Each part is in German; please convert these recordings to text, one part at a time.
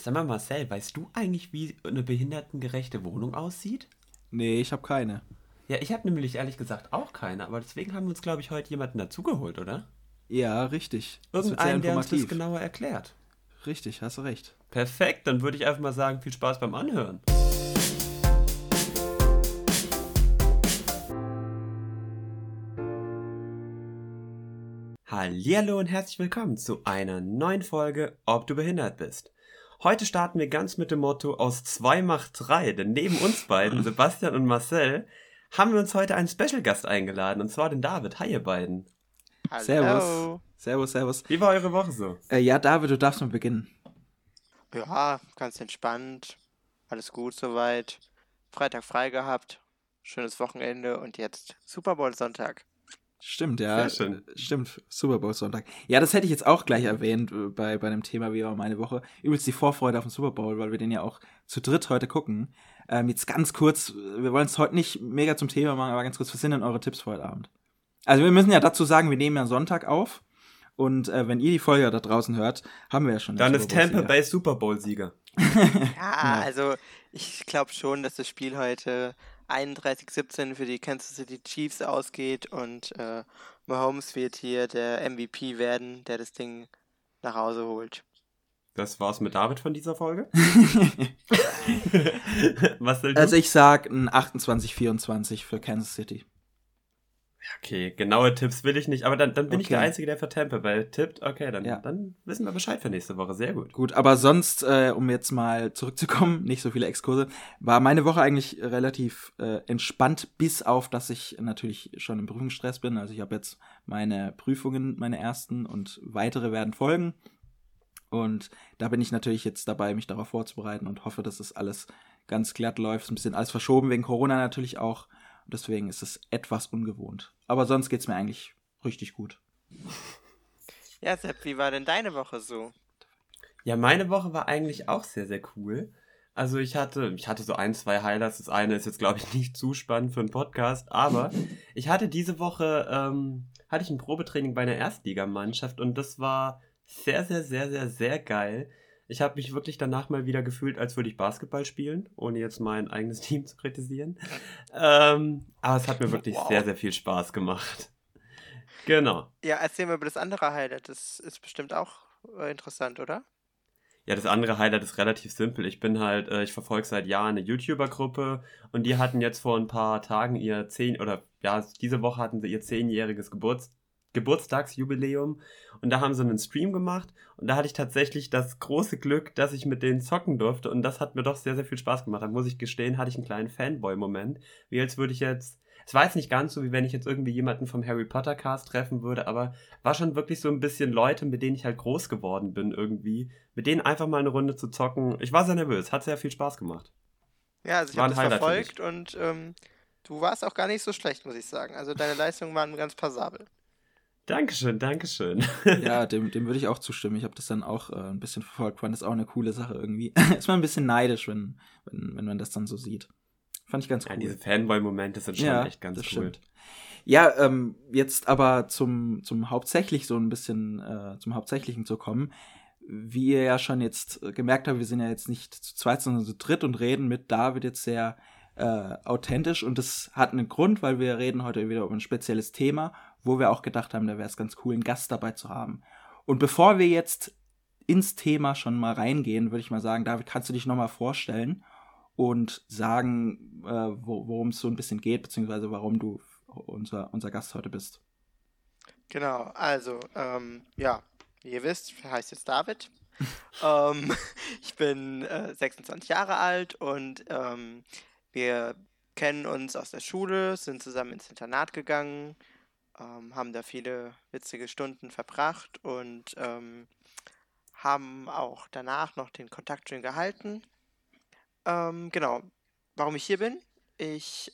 Sag mal, Marcel, weißt du eigentlich, wie eine behindertengerechte Wohnung aussieht? Nee, ich habe keine. Ja, ich habe nämlich ehrlich gesagt auch keine, aber deswegen haben wir uns, glaube ich, heute jemanden dazugeholt, oder? Ja, richtig. Das wird sehr Irgendeinen, der uns das informativ. genauer erklärt. Richtig, hast du recht. Perfekt, dann würde ich einfach mal sagen, viel Spaß beim Anhören. Hallihallo und herzlich willkommen zu einer neuen Folge Ob du behindert bist. Heute starten wir ganz mit dem Motto aus 2 macht 3, denn neben uns beiden, Sebastian und Marcel, haben wir uns heute einen Special-Gast eingeladen, und zwar den David. Hi ihr beiden. Servus. Hallo. Servus, servus. Wie war eure Woche so? Ja, David, du darfst mal beginnen. Ja, ganz entspannt. Alles gut soweit. Freitag frei gehabt. Schönes Wochenende und jetzt Super Bowl Sonntag. Stimmt, ja. Sehr schön. Stimmt, Super Bowl Sonntag. Ja, das hätte ich jetzt auch gleich erwähnt bei dem Thema, wie war meine Woche. Übrigens die Vorfreude auf den Super Bowl, weil wir den ja auch zu dritt heute gucken. Jetzt ganz kurz, wir wollen es heute nicht mega zum Thema machen, aber ganz kurz, was sind denn eure Tipps für heute Abend? Also wir müssen ja dazu sagen, wir nehmen ja Sonntag auf. Und wenn ihr die Folge da draußen hört, haben wir ja schon den Dann ist Super Bowl-Sieger. Tampa Bay Super Bowl-Sieger. Ja, also ich glaube schon, dass das Spiel heute 31-17 für die Kansas City Chiefs ausgeht und Mahomes wird hier der MVP werden, der das Ding nach Hause holt. Das war's mit David von dieser Folge. Marcel, du? Also ich sag ein 28-24 für Kansas City. Okay, genaue Tipps will ich nicht, aber dann bin ich Okay. der Einzige, der für Tampa Bay tippt. Okay, Ja. dann wissen wir Bescheid für nächste Woche. Sehr gut. Gut, aber sonst, um jetzt mal zurückzukommen, nicht so viele Exkurse, war meine Woche eigentlich relativ entspannt, bis auf, dass ich natürlich schon im Prüfungsstress bin. Also ich habe jetzt meine Prüfungen, meine ersten, und weitere werden folgen. Und da bin ich natürlich jetzt dabei, mich darauf vorzubereiten und hoffe, dass es alles ganz glatt läuft. Ist ein bisschen alles verschoben, wegen Corona natürlich auch. Und deswegen ist es etwas ungewohnt. Aber sonst geht's mir eigentlich richtig gut. Ja, Sepp, wie war denn deine Woche so? Ja, meine Woche war eigentlich auch sehr, sehr cool. Also ich hatte so 1, 2 Highlights. Das eine ist jetzt, glaube ich, nicht zu spannend für einen Podcast, aber ich hatte diese Woche, hatte ich ein Probetraining bei einer Erstligamannschaft und das war sehr, sehr, sehr, sehr, sehr geil. Ich habe mich wirklich danach mal wieder gefühlt, als würde ich Basketball spielen, ohne jetzt mein eigenes Team zu kritisieren. Aber es hat mir wirklich Wow. sehr, sehr viel Spaß gemacht. Genau. Ja, erzähl mal über das andere Highlight. Das ist bestimmt auch interessant, oder? Ja, das andere Highlight ist relativ simpel. Ich verfolge seit Jahren eine YouTuber-Gruppe und die hatten jetzt vor ein paar Tagen diese Woche hatten sie ihr 10-jähriges Geburtstagsjubiläum und da haben sie einen Stream gemacht und da hatte ich tatsächlich das große Glück, dass ich mit denen zocken durfte und das hat mir doch sehr, sehr viel Spaß gemacht. Da muss ich gestehen, hatte ich einen kleinen Fanboy-Moment, wie als würde ich jetzt, es war jetzt nicht ganz so, wie wenn ich jetzt irgendwie jemanden vom Harry Potter Cast treffen würde, aber war schon wirklich so ein bisschen Leute, mit denen ich halt groß geworden bin irgendwie, mit denen einfach mal eine Runde zu zocken. Ich war sehr nervös, hat sehr viel Spaß gemacht. Ja, also ich War habe ein das Highlight für mich. verfolgt und du warst auch gar nicht so schlecht, muss ich sagen. Also deine Leistungen waren ganz passabel. Dankeschön, Dankeschön. Ja, dem würde ich auch zustimmen. Ich habe das dann auch ein bisschen verfolgt, fand das auch eine coole Sache irgendwie. Ist man ein bisschen neidisch, wenn man das dann so sieht. Fand ich ganz Ja, cool. diese Fanboy-Momente sind schon echt ganz das cool. stimmt. Ja, jetzt aber zum hauptsächlich so ein bisschen zum Hauptsächlichen zu kommen. Wie ihr ja schon jetzt gemerkt habt, wir sind ja jetzt nicht zu zweit, sondern zu dritt und reden mit David jetzt sehr authentisch. Und das hat einen Grund, weil wir reden heute wieder über ein spezielles Thema, wo wir auch gedacht haben, da wäre es ganz cool, einen Gast dabei zu haben. Und bevor wir jetzt ins Thema schon mal reingehen, würde ich mal sagen, David, kannst du dich noch mal vorstellen und sagen, worum es so ein bisschen geht, beziehungsweise warum du unser Gast heute bist. Genau, also, ja, wie ihr wisst, heißt jetzt David. Ich bin 26 Jahre alt und wir kennen uns aus der Schule, sind zusammen ins Internat gegangen, haben da viele witzige Stunden verbracht und haben auch danach noch den Kontakt schön gehalten. Genau, warum ich hier bin? Ich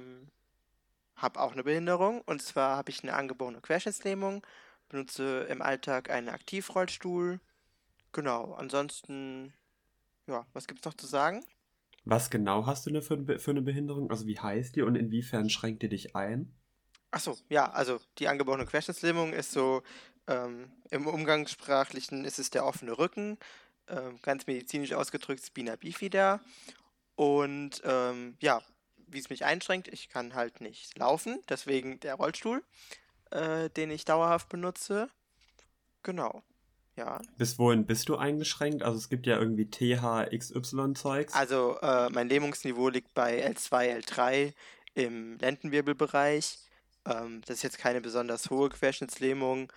habe auch eine Behinderung und zwar habe ich eine angeborene Querschnittslähmung, benutze im Alltag einen Aktivrollstuhl. Genau, ansonsten, ja, was gibt's noch zu sagen? Was genau hast du denn für eine Behinderung? Also wie heißt die und inwiefern schränkt die dich ein? Achso, ja, also die angeborene Querschnittslähmung ist so, im Umgangssprachlichen ist es der offene Rücken. ganz medizinisch ausgedrückt Spina bifida. Und ja, wie es mich einschränkt, ich kann halt nicht laufen, deswegen der Rollstuhl, den ich dauerhaft benutze. Genau, ja. Bis wohin bist du eingeschränkt? Also es gibt ja irgendwie THXY-Zeugs. Also mein Lähmungsniveau liegt bei L2, L3 im Lendenwirbelbereich. Das ist jetzt keine besonders hohe Querschnittslähmung,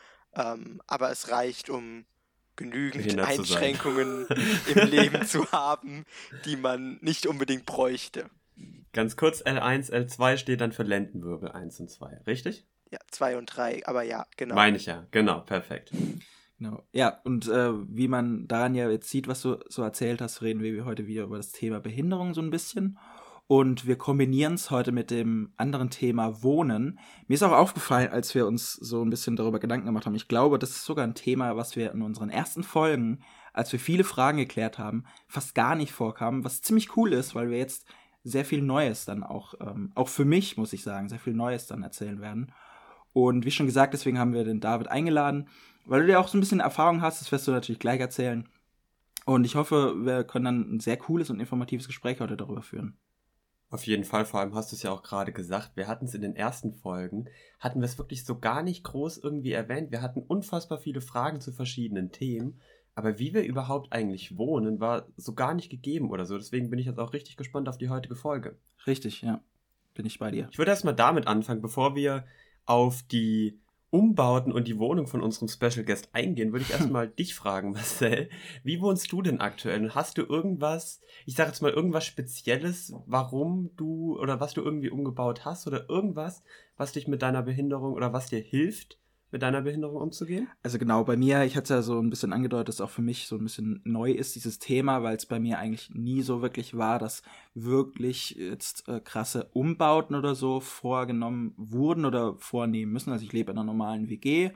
aber es reicht, um genügend Behindert zu sein. Einschränkungen im Leben zu haben, die man nicht unbedingt bräuchte. Ganz kurz, L1, L2 steht dann für Lendenwirbel 1 und 2, richtig? Ja, 2 und 3, aber ja, genau. Meine ich ja, genau, perfekt. Genau. Ja, und wie man daran ja jetzt sieht, was du so erzählt hast, reden wir heute wieder über das Thema Behinderung so ein bisschen. Und wir kombinieren es heute mit dem anderen Thema Wohnen. Mir ist auch aufgefallen, als wir uns so ein bisschen darüber Gedanken gemacht haben, ich glaube, das ist sogar ein Thema, was wir in unseren ersten Folgen, als wir viele Fragen geklärt haben, fast gar nicht vorkam, was ziemlich cool ist, weil wir jetzt sehr viel Neues dann auch für mich, muss ich sagen, sehr viel Neues dann erzählen werden. Und wie schon gesagt, deswegen haben wir den David eingeladen, weil du ja auch so ein bisschen Erfahrung hast, das wirst du natürlich gleich erzählen. Und ich hoffe, wir können dann ein sehr cooles und informatives Gespräch heute darüber führen. Auf jeden Fall, vor allem hast du es ja auch gerade gesagt, wir hatten es in den ersten Folgen, hatten wir es wirklich so gar nicht groß irgendwie erwähnt. Wir hatten unfassbar viele Fragen zu verschiedenen Themen, aber wie wir überhaupt eigentlich wohnen, war so gar nicht gegeben oder so. Deswegen bin ich jetzt auch richtig gespannt auf die heutige Folge. Richtig, ja. Bin ich bei dir. Ich würde erstmal damit anfangen, bevor wir auf die Umbauten und die Wohnung von unserem Special Guest eingehen, würde ich erstmal dich fragen, Marcel. Wie wohnst du denn aktuell? Und hast du irgendwas, ich sage jetzt mal irgendwas Spezielles, warum du oder was du irgendwie umgebaut hast oder irgendwas, was dich mit deiner Behinderung oder was dir hilft, mit deiner Behinderung umzugehen? Also genau, bei mir, ich hatte es ja so ein bisschen angedeutet, dass auch für mich so ein bisschen neu ist, dieses Thema, weil es bei mir eigentlich nie so wirklich war, dass wirklich jetzt krasse Umbauten oder so vorgenommen wurden oder vornehmen müssen. Also ich lebe in einer normalen WG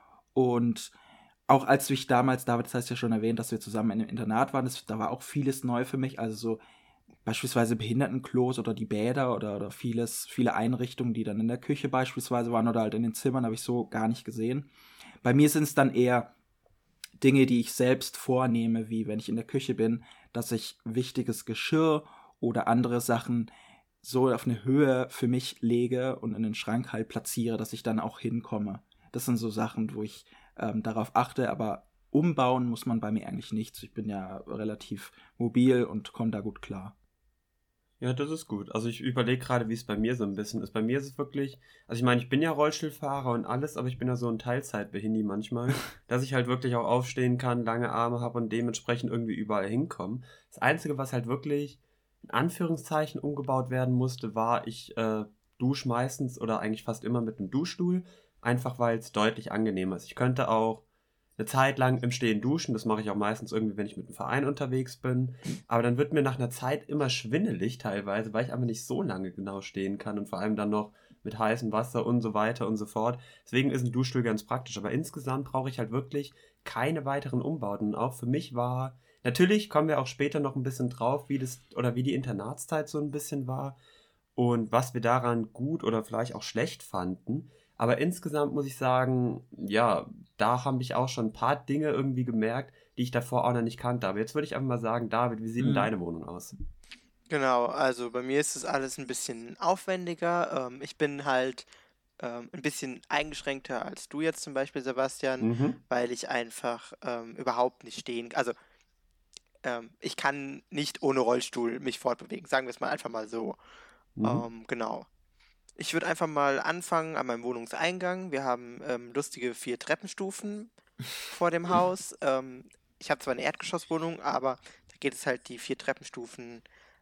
und auch als ich damals, David, das hast du ja schon erwähnt, dass wir zusammen in einem Internat waren, da war auch vieles neu für mich, also so beispielsweise Behindertenklos oder die Bäder oder viele Einrichtungen, die dann in der Küche beispielsweise waren oder halt in den Zimmern, habe ich so gar nicht gesehen. Bei mir sind es dann eher Dinge, die ich selbst vornehme, wie wenn ich in der Küche bin, dass ich wichtiges Geschirr oder andere Sachen so auf eine Höhe für mich lege und in den Schrank halt platziere, dass ich dann auch hinkomme. Das sind so Sachen, wo ich darauf achte, aber umbauen muss man bei mir eigentlich nichts. Ich bin ja relativ mobil und komme da gut klar. Ja, das ist gut. Also ich überlege gerade, wie es bei mir so ein bisschen ist. Bei mir ist es wirklich, also ich meine, ich bin ja Rollstuhlfahrer und alles, aber ich bin ja so ein Teilzeitbehindi manchmal, dass ich halt wirklich auch aufstehen kann, lange Arme habe und dementsprechend irgendwie überall hinkomme. Das Einzige, was halt wirklich in Anführungszeichen umgebaut werden musste, war, ich dusche meistens oder eigentlich fast immer mit einem Duschstuhl, einfach weil es deutlich angenehmer ist. Ich könnte auch eine Zeit lang im Stehen duschen, das mache ich auch meistens irgendwie, wenn ich mit einem Verein unterwegs bin. Aber dann wird mir nach einer Zeit immer schwindelig teilweise, weil ich aber nicht so lange genau stehen kann und vor allem dann noch mit heißem Wasser und so weiter und so fort. Deswegen ist ein Duschstuhl ganz praktisch. Aber insgesamt brauche ich halt wirklich keine weiteren Umbauten. Und auch für mich war, natürlich kommen wir auch später noch ein bisschen drauf, wie das oder wie die Internatszeit so ein bisschen war und was wir daran gut oder vielleicht auch schlecht fanden. Aber insgesamt muss ich sagen, ja, da habe ich auch schon ein paar Dinge irgendwie gemerkt, die ich davor auch noch nicht kannte. Aber jetzt würde ich einfach mal sagen, David, wie sieht denn deine Wohnung aus? Genau, also bei mir ist es alles ein bisschen aufwendiger. Ich bin halt ein bisschen eingeschränkter als du jetzt zum Beispiel, Sebastian, Mhm. weil ich einfach überhaupt nicht stehen. Also ich kann nicht ohne Rollstuhl mich fortbewegen, sagen wir es mal einfach mal so. Mhm. Genau. Ich würde einfach mal anfangen an meinem Wohnungseingang. Wir haben lustige 4 Treppenstufen vor dem Haus. Ich habe zwar eine Erdgeschosswohnung, aber da geht es halt die 4 Treppenstufen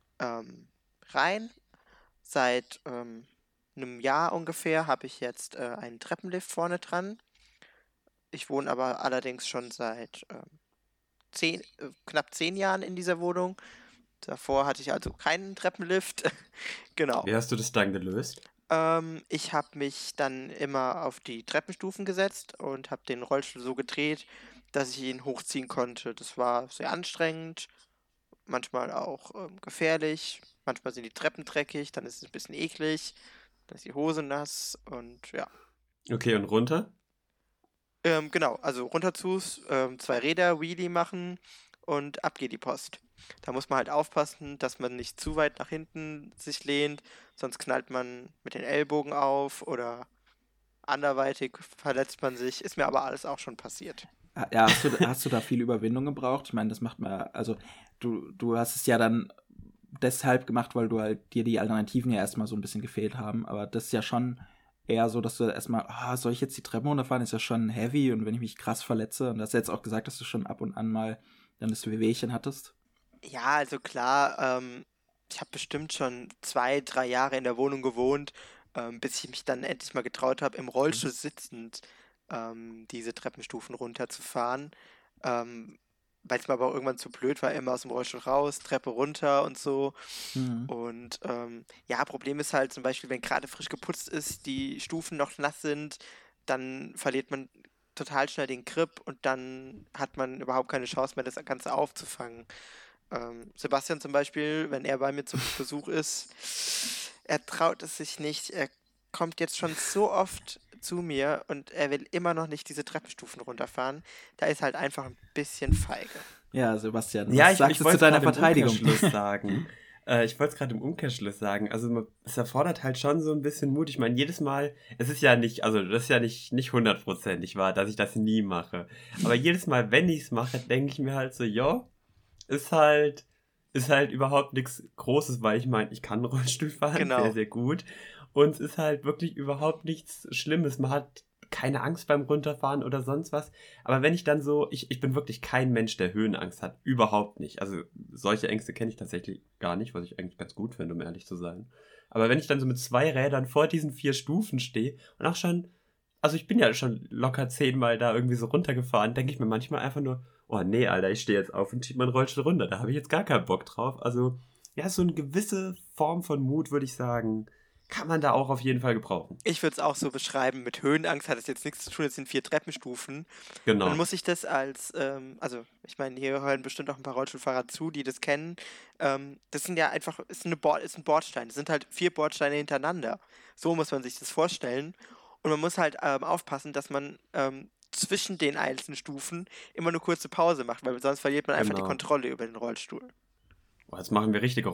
rein. Seit einem Jahr ungefähr habe ich jetzt einen Treppenlift vorne dran. Ich wohne aber allerdings schon seit knapp 10 Jahren in dieser Wohnung. Davor hatte ich also keinen Treppenlift. Genau. Wie hast du das dann gelöst? Ich habe mich dann immer auf die Treppenstufen gesetzt und habe den Rollstuhl so gedreht, dass ich ihn hochziehen konnte. Das war sehr anstrengend, manchmal auch gefährlich. Manchmal sind die Treppen dreckig, dann ist es ein bisschen eklig, dann ist die Hose nass und ja. Okay, und runter? Genau, also runter zu, 2 Räder, Wheelie machen und ab geht die Post. Da muss man halt aufpassen, dass man nicht zu weit nach hinten sich lehnt, sonst knallt man mit den Ellbogen auf oder anderweitig verletzt man sich. Ist mir aber alles auch schon passiert. Ja, hast du da viel Überwindung gebraucht? Ich meine, das macht man, also du hast es ja dann deshalb gemacht, weil du halt dir die Alternativen ja erstmal so ein bisschen gefehlt haben, aber das ist ja schon eher so, dass du erstmal, soll ich jetzt die Treppen runterfahren, ist ja schon heavy und wenn ich mich krass verletze, und du hast ja jetzt auch gesagt, dass du schon ab und an mal dann das Wehwehchen hattest. Ja, also klar, ich habe bestimmt schon 2, 3 Jahre in der Wohnung gewohnt, bis ich mich dann endlich mal getraut habe, im Rollstuhl sitzend diese Treppenstufen runterzufahren. Ähm, Weil es mir aber auch irgendwann zu blöd war, immer aus dem Rollstuhl raus, Treppe runter und so. Mhm. Und ja, Problem ist halt zum Beispiel, wenn gerade frisch geputzt ist, die Stufen noch nass sind, dann verliert man total schnell den Grip und dann hat man überhaupt keine Chance mehr, das Ganze aufzufangen. Sebastian zum Beispiel, wenn er bei mir zu Besuch ist, er traut es sich nicht. Er kommt jetzt schon so oft zu mir und er will immer noch nicht diese Treppenstufen runterfahren. Da ist halt einfach ein bisschen feige. Ja, Sebastian, Ja, was sagst ich du zu wollte es deiner gerade im Verteidigung? Umkehrschluss sagen. Ich wollte es gerade im Umkehrschluss sagen. Also es erfordert halt schon so ein bisschen Mut. Ich meine, jedes Mal, es ist ja nicht, also das ist ja nicht 100%ig wahr, dass ich das nie mache. Aber jedes Mal, wenn ich es mache, denke ich mir halt so, ja, ist halt, ist halt überhaupt nichts Großes, weil ich meine, ich kann Rollstuhl fahren, sehr, Genau. sehr gut. Und es ist halt wirklich überhaupt nichts Schlimmes. Man hat keine Angst beim Runterfahren oder sonst was. Aber wenn ich dann so, ich bin wirklich kein Mensch, der Höhenangst hat. Überhaupt nicht. Also solche Ängste kenne ich tatsächlich gar nicht, was ich eigentlich ganz gut finde, um ehrlich zu sein. Aber wenn ich dann so mit 2 Rädern vor diesen 4 Stufen stehe und auch schon, also ich bin ja schon locker 10-mal da irgendwie so runtergefahren, denke ich mir manchmal einfach nur, oh nee, Alter, ich stehe jetzt auf und schieb meinen Rollstuhl runter. Da habe ich jetzt gar keinen Bock drauf. Also, ja, so eine gewisse Form von Mut, würde ich sagen, kann man da auch auf jeden Fall gebrauchen. Ich würde es auch so beschreiben, mit Höhenangst hat es jetzt nichts zu tun, es sind 4 Treppenstufen. Man Genau. muss sich das als, also ich meine, hier hören bestimmt auch ein paar Rollstuhlfahrer zu, die das kennen. Das sind ja einfach, ist ein Bordstein. Das sind halt 4 Bordsteine hintereinander. So muss man sich das vorstellen. Und man muss halt aufpassen, dass man zwischen den einzelnen Stufen immer eine kurze Pause macht, weil sonst verliert man einfach die Genau. Kontrolle über den Rollstuhl. Boah, jetzt machen wir richtige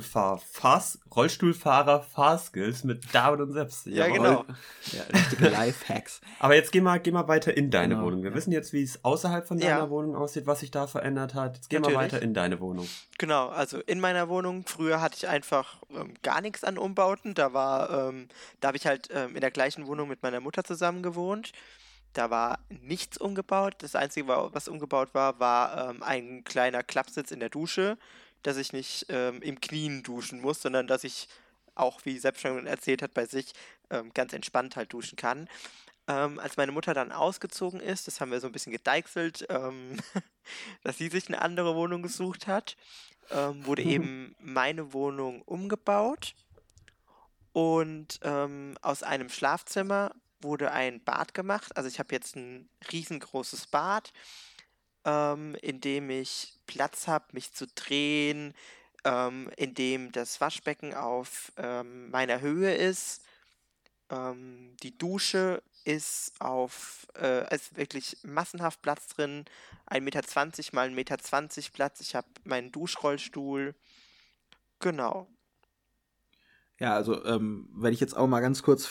Rollstuhlfahrer-Fahrskills mit David und Seps. Ja, Jawohl. genau. Ja, richtige Lifehacks. Aber jetzt geh mal weiter in deine Genau, Wohnung. Wir ja. wissen jetzt, wie es außerhalb von Ja, deiner Wohnung aussieht, was sich da verändert hat. Jetzt geh mal weiter natürlich. in deine Wohnung. Genau, also in meiner Wohnung, früher hatte ich einfach gar nichts an Umbauten. Da habe ich halt in der gleichen Wohnung mit meiner Mutter zusammen gewohnt. Da war nichts umgebaut. Das Einzige, was umgebaut war, war ein kleiner Klappsitz in der Dusche, dass ich nicht im Knien duschen muss, sondern dass ich auch, wie Sepp schon erzählt hat, bei sich ganz entspannt halt duschen kann. Als meine Mutter dann ausgezogen ist, das haben wir so ein bisschen gedeichselt, dass sie sich eine andere Wohnung gesucht hat, wurde eben meine Wohnung umgebaut und aus einem Schlafzimmer wurde ein Bad gemacht. Also ich habe jetzt ein riesengroßes Bad, in dem ich Platz habe, mich zu drehen, in dem das Waschbecken auf meiner Höhe ist. Die Dusche ist wirklich massenhaft Platz drin. 1,20 Meter mal 1,20 Meter Platz. Ich habe meinen Duschrollstuhl. Genau. Ja, also wenn ich jetzt auch mal ganz kurz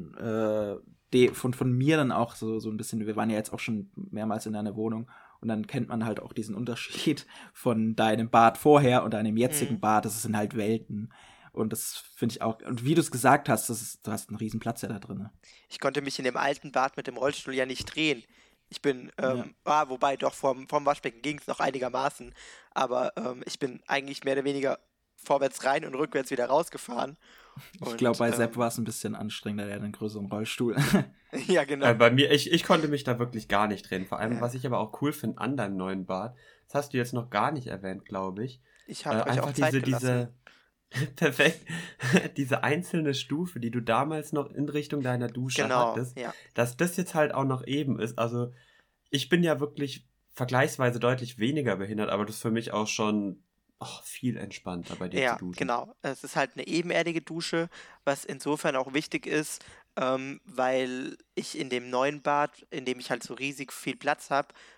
von mir dann auch so ein bisschen, wir waren ja jetzt auch schon mehrmals in deiner Wohnung und dann kennt man halt auch diesen Unterschied von deinem Bad vorher und deinem jetzigen Mhm. Bad, das sind halt Welten. Und das finde ich auch, und wie du es gesagt hast, du hast einen riesen Platz ja da drin. Ne? Ich konnte mich in dem alten Bad mit dem Rollstuhl ja nicht drehen. Ich bin, Ja. wobei doch vom Waschbecken ging es noch einigermaßen, aber ich bin eigentlich mehr oder weniger vorwärts rein und rückwärts wieder rausgefahren. Ich glaube, Und bei Sepp war es ein bisschen anstrengender, der hat einen größeren Rollstuhl. ja, genau. Bei mir, ich konnte mich da wirklich gar nicht drehen. Vor allem, Ja. was ich aber auch cool finde an deinem neuen Bad, das hast du jetzt noch gar nicht erwähnt, glaube ich. Ich habe euch auch Einfach Zeit gelassen. perfekt, diese einzelne Stufe, die du damals noch in Richtung deiner Dusche Genau, hattest, ja. dass das jetzt halt auch noch eben ist. Also, ich bin ja wirklich vergleichsweise deutlich weniger behindert, aber das ist für mich auch schon viel entspannter bei dir zu Ja, duschen. genau. Es ist halt eine ebenerdige Dusche, was insofern auch wichtig ist, weil ich in dem neuen Bad, in dem ich halt so riesig viel Platz habe,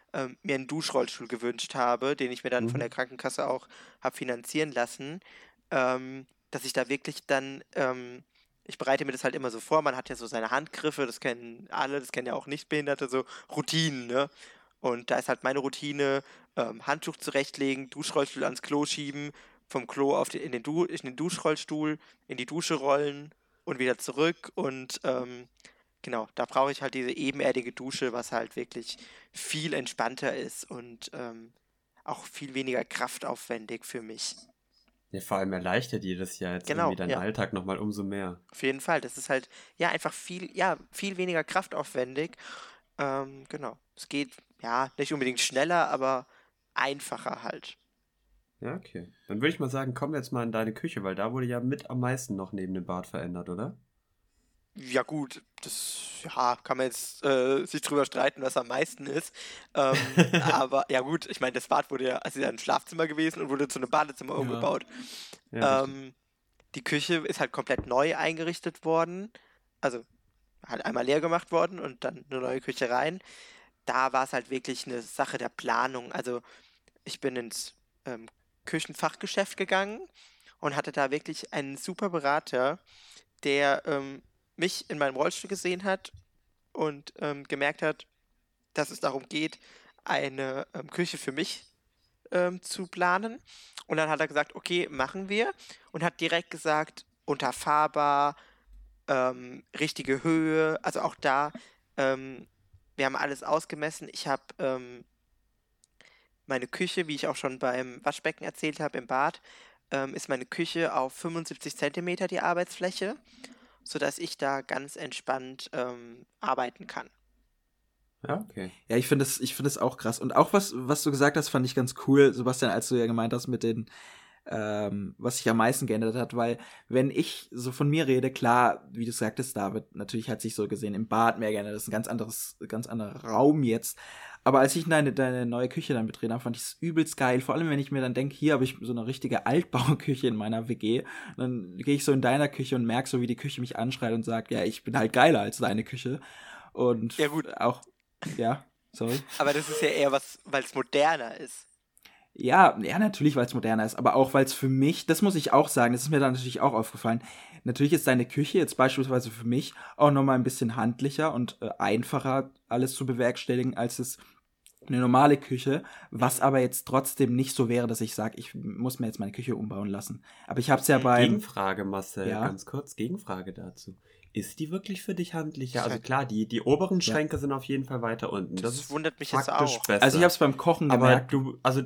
mir einen Duschrollstuhl gewünscht habe, den ich mir dann von der Mhm. Krankenkasse auch habe finanzieren lassen, dass ich da wirklich dann, ich bereite mir das halt immer so vor, man hat ja so seine Handgriffe, das kennen alle, das kennen ja auch Nichtbehinderte, so Routinen, ne? Und da ist halt meine Routine, Handtuch zurechtlegen, Duschrollstuhl ans Klo schieben, vom Klo in den Duschrollstuhl, in die Dusche rollen und wieder zurück. Und genau, da brauche ich halt diese ebenerdige Dusche, was halt wirklich viel entspannter ist und auch viel weniger kraftaufwendig für mich. Ja, vor allem erleichtert dir das ja jetzt irgendwie Genau, deinen ja, Alltag nochmal umso mehr. auf jeden Fall. Das ist halt ja einfach viel weniger kraftaufwendig. Genau. Es geht ja nicht unbedingt schneller, aber einfacher halt. Ja, okay. Dann würde ich mal sagen, kommen wir jetzt mal in deine Küche, weil da wurde ja mit am meisten noch neben dem Bad verändert, oder? Ja gut, das ja, kann man jetzt sich drüber streiten, was am meisten ist. Aber ja gut, ich meine, das Bad wurde ja, also ja ein Schlafzimmer gewesen und wurde zu einem Badezimmer Ja. umgebaut. Ja, richtig. Ähm, Die Küche ist halt komplett neu eingerichtet worden. Also halt einmal leer gemacht worden und dann eine neue Küche rein. Da war es halt wirklich eine Sache der Planung. Also ich bin ins ähm, Küchenfachgeschäft gegangen und hatte da wirklich einen super Berater, der mich in meinem Rollstuhl gesehen hat und gemerkt hat, dass es darum geht, eine Küche für mich zu planen. Und dann hat er gesagt, okay, machen wir. Und hat direkt gesagt, unterfahrbar, richtige Höhe, also auch da, ähm, wir haben alles ausgemessen. Ich habe meine Küche, wie ich auch schon beim Waschbecken erzählt habe, im Bad, ist meine Küche auf 75 Zentimeter die Arbeitsfläche, sodass ich da ganz entspannt arbeiten kann. Ja, okay. Ja, ich finde es auch krass. Und auch was du gesagt hast, fand ich ganz cool, Sebastian, als du ja gemeint hast mit den, was sich am meisten geändert hat, weil wenn ich so von mir rede, klar, wie du sagtest, David, natürlich hat sich so gesehen im Bad mehr geändert, das ist ein ganz anderer Raum jetzt. Aber als ich deine neue Küche dann betreten habe, fand ich es übelst geil. Vor allem, wenn ich mir dann denke, hier habe ich so eine richtige Altbauküche in meiner WG. Dann gehe ich so in deiner Küche und merke so, wie die Küche mich anschreit und sagt, ja, ich bin halt geiler als deine Küche. Und Ja gut, auch, ja, sorry. aber das ist ja eher was, weil es moderner ist. Ja, natürlich, weil es moderner ist, aber auch weil es für mich, das muss ich auch sagen, das ist mir dann natürlich auch aufgefallen. Natürlich ist deine Küche jetzt beispielsweise für mich auch nochmal ein bisschen handlicher und einfacher alles zu bewerkstelligen, als es eine normale Küche, was Mhm. aber jetzt trotzdem nicht so wäre, dass ich sage, ich muss mir jetzt meine Küche umbauen lassen. Aber ich habe es ja Mhm. Gegenfrage, Marcel, ja, ganz kurz, Gegenfrage dazu. Ist die wirklich für dich handlicher? Also Das, klar, die oberen ja. Schränke sind auf jeden Fall weiter unten. Das das ist wundert mich jetzt faktisch auch. Also ich habe besser. es beim Kochen Aber gemerkt. also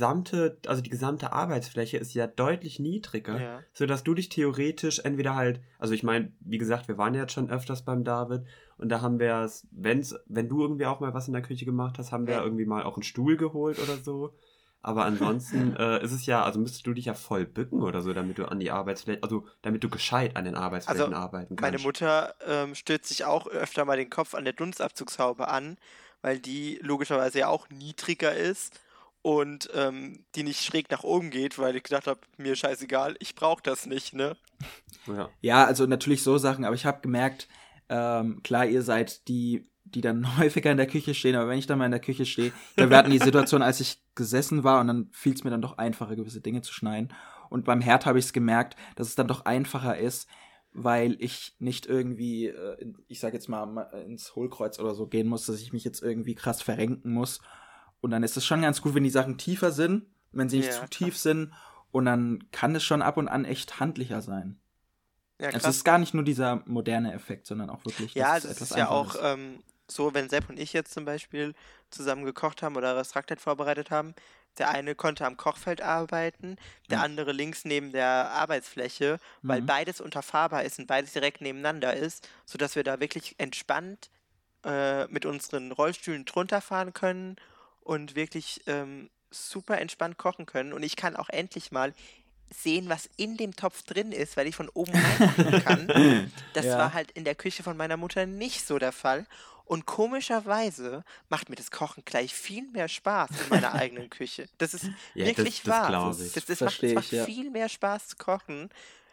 die gesamte Arbeitsfläche ist ja deutlich niedriger, Ja. sodass du dich theoretisch entweder halt, also ich meine, wie gesagt, wir waren ja jetzt schon öfters beim David und da haben wir es, wenn du irgendwie auch mal was in der Küche gemacht hast, haben wir Ja. irgendwie mal auch einen Stuhl geholt oder so. Aber ansonsten ist es ja, also müsstest du dich ja voll bücken oder so, damit du an die Arbeitsfläche, also damit du gescheit an den Also Arbeitsflächen arbeiten meine kannst. Mutter stützt sich auch öfter mal den Kopf an der Dunstabzugshaube an, weil die logischerweise ja auch niedriger ist und die nicht schräg nach oben geht, weil ich gedacht habe, mir scheißegal, ich brauche das nicht, ne? Ja. Ja, also natürlich so Sachen, aber ich habe gemerkt, klar, ihr seid die dann häufiger in der Küche stehen, aber wenn ich dann mal in der Küche stehe, wir hatten die Situation, als ich gesessen war und dann fiel es mir dann doch einfacher, gewisse Dinge zu schneiden. Und beim Herd habe ich es gemerkt, dass es dann doch einfacher ist, weil ich nicht irgendwie, ich sag jetzt mal, ins Hohlkreuz oder so gehen muss, dass ich mich jetzt irgendwie krass verrenken muss. Und dann ist es schon ganz gut, wenn die Sachen tiefer sind, wenn sie nicht zu Ja, tief krass. sind. Und dann kann es schon ab und an echt handlicher sein. Ja, Also es ist krass. gar nicht nur dieser moderne Effekt, sondern auch wirklich, Ja, dass es also es etwas ist ja einfacher auch ist. so, wenn Sepp und ich jetzt zum Beispiel zusammen gekocht haben oder das Raclette vorbereitet haben, der eine konnte am Kochfeld arbeiten, der Ja. andere links neben der Arbeitsfläche, weil Mhm. beides unterfahrbar ist und beides direkt nebeneinander ist, sodass wir da wirklich entspannt mit unseren Rollstühlen drunter fahren können und wirklich super entspannt kochen können. Und ich kann auch endlich mal sehen, was in dem Topf drin ist, weil ich von oben reingucken kann. Das war Ja. halt in der Küche von meiner Mutter nicht so der Fall. Und komischerweise macht mir das Kochen gleich viel mehr Spaß in meiner eigenen Küche. Das ist Ja, wirklich das wahr. glaube Das ich. Es verstehe macht ich, ja. viel mehr Spaß zu kochen,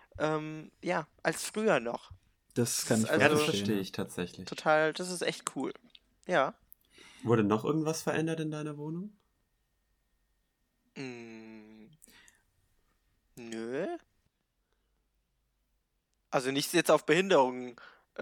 ja, als früher noch. Das Das kann ist ich voll Ja, das also verstehen, verstehe ja. ich tatsächlich. total, das ist echt cool. Ja. Wurde noch irgendwas verändert in deiner Wohnung? Nö. Also nichts jetzt auf Behinderungen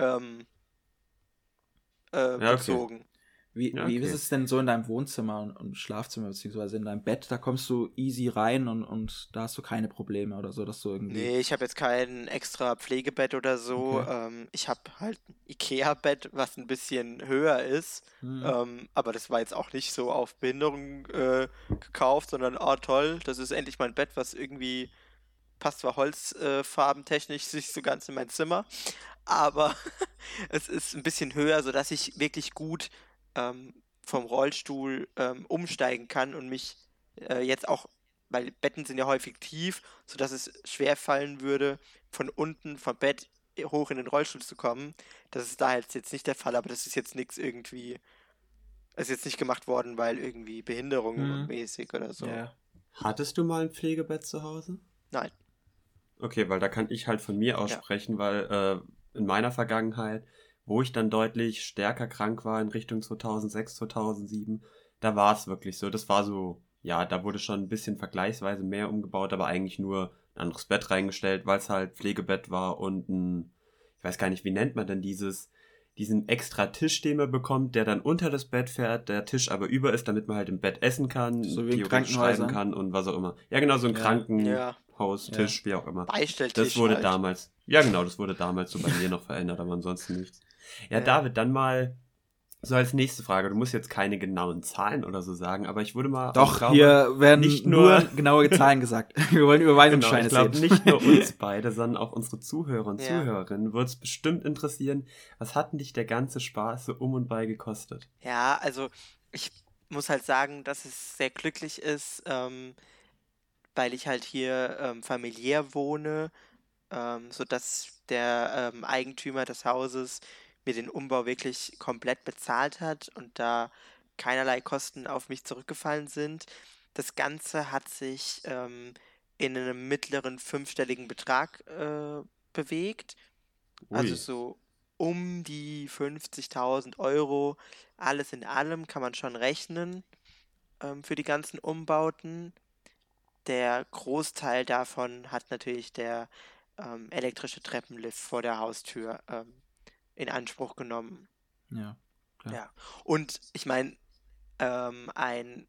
Ja, okay. bezogen. Wie Ja, ist okay. es denn so in deinem Wohnzimmer und Schlafzimmer, beziehungsweise in deinem Bett? Da kommst du easy rein und da hast du keine Probleme oder so, dass du irgendwie. Nee, ich habe jetzt kein extra Pflegebett oder so. Okay. Ich habe halt ein Ikea-Bett, was ein bisschen höher ist. Aber das war jetzt auch nicht so auf Behinderung gekauft, sondern, toll, das ist endlich mein Bett, was irgendwie passt zwar holzfarbentechnisch nicht so ganz in mein Zimmer, aber es ist ein bisschen höher, sodass ich wirklich gut vom Rollstuhl umsteigen kann und mich jetzt auch, weil Betten sind ja häufig tief, sodass es schwer fallen würde, von unten vom Bett hoch in den Rollstuhl zu kommen. Das ist da jetzt nicht der Fall, aber das ist jetzt nichts irgendwie, ist jetzt nicht gemacht worden, weil irgendwie Behinderung mäßig oder so. Ja. Hattest du mal ein Pflegebett zu Hause? Nein. Okay, weil da kann ich halt von mir aus Ja. sprechen, weil in meiner Vergangenheit, wo ich dann deutlich stärker krank war in Richtung 2006, 2007, da war es wirklich so. Das war so, ja, da wurde schon ein bisschen vergleichsweise mehr umgebaut, aber eigentlich nur ein anderes Bett reingestellt, weil es halt Pflegebett war und ich weiß gar nicht, wie nennt man denn diesen extra Tisch, den man bekommt, der dann unter das Bett fährt, der Tisch aber über ist, damit man halt im Bett essen kann, So wie in theoretisch schreiben Krankenhäusern. kann und was auch immer. Ja, genau, so ein Ja. Krankenhaustisch, wie auch immer. Beistelltisch Das wurde halt. damals, ja genau, das wurde damals so bei mir noch verändert, aber ansonsten nichts. Ja, Ja. David, dann mal so als nächste Frage. Du musst jetzt keine genauen Zahlen oder so sagen, aber ich würde mal. Doch, ich glaube, hier werden nicht nur nur- genaue Zahlen gesagt. Wir wollen Genau, Überweisungsscheine ich glaube, sehen. nicht nur uns beide, sondern auch unsere Zuhörer und Ja. Zuhörerinnen wird es bestimmt interessieren, was hat denn dich der ganze Spaß so um und bei gekostet? Ja, also ich muss halt sagen, dass es sehr glücklich ist, weil ich halt hier familiär wohne, sodass der Eigentümer des Hauses mir den Umbau wirklich komplett bezahlt hat und da keinerlei Kosten auf mich zurückgefallen sind. Das Ganze hat sich in einem mittleren fünfstelligen Betrag bewegt. Also Ui, so um die 50.000 Euro, alles in allem kann man schon rechnen für die ganzen Umbauten. Der Großteil davon hat natürlich der elektrische Treppenlift vor der Haustür in Anspruch genommen. Ja, klar. Ja. Und ich meine, ein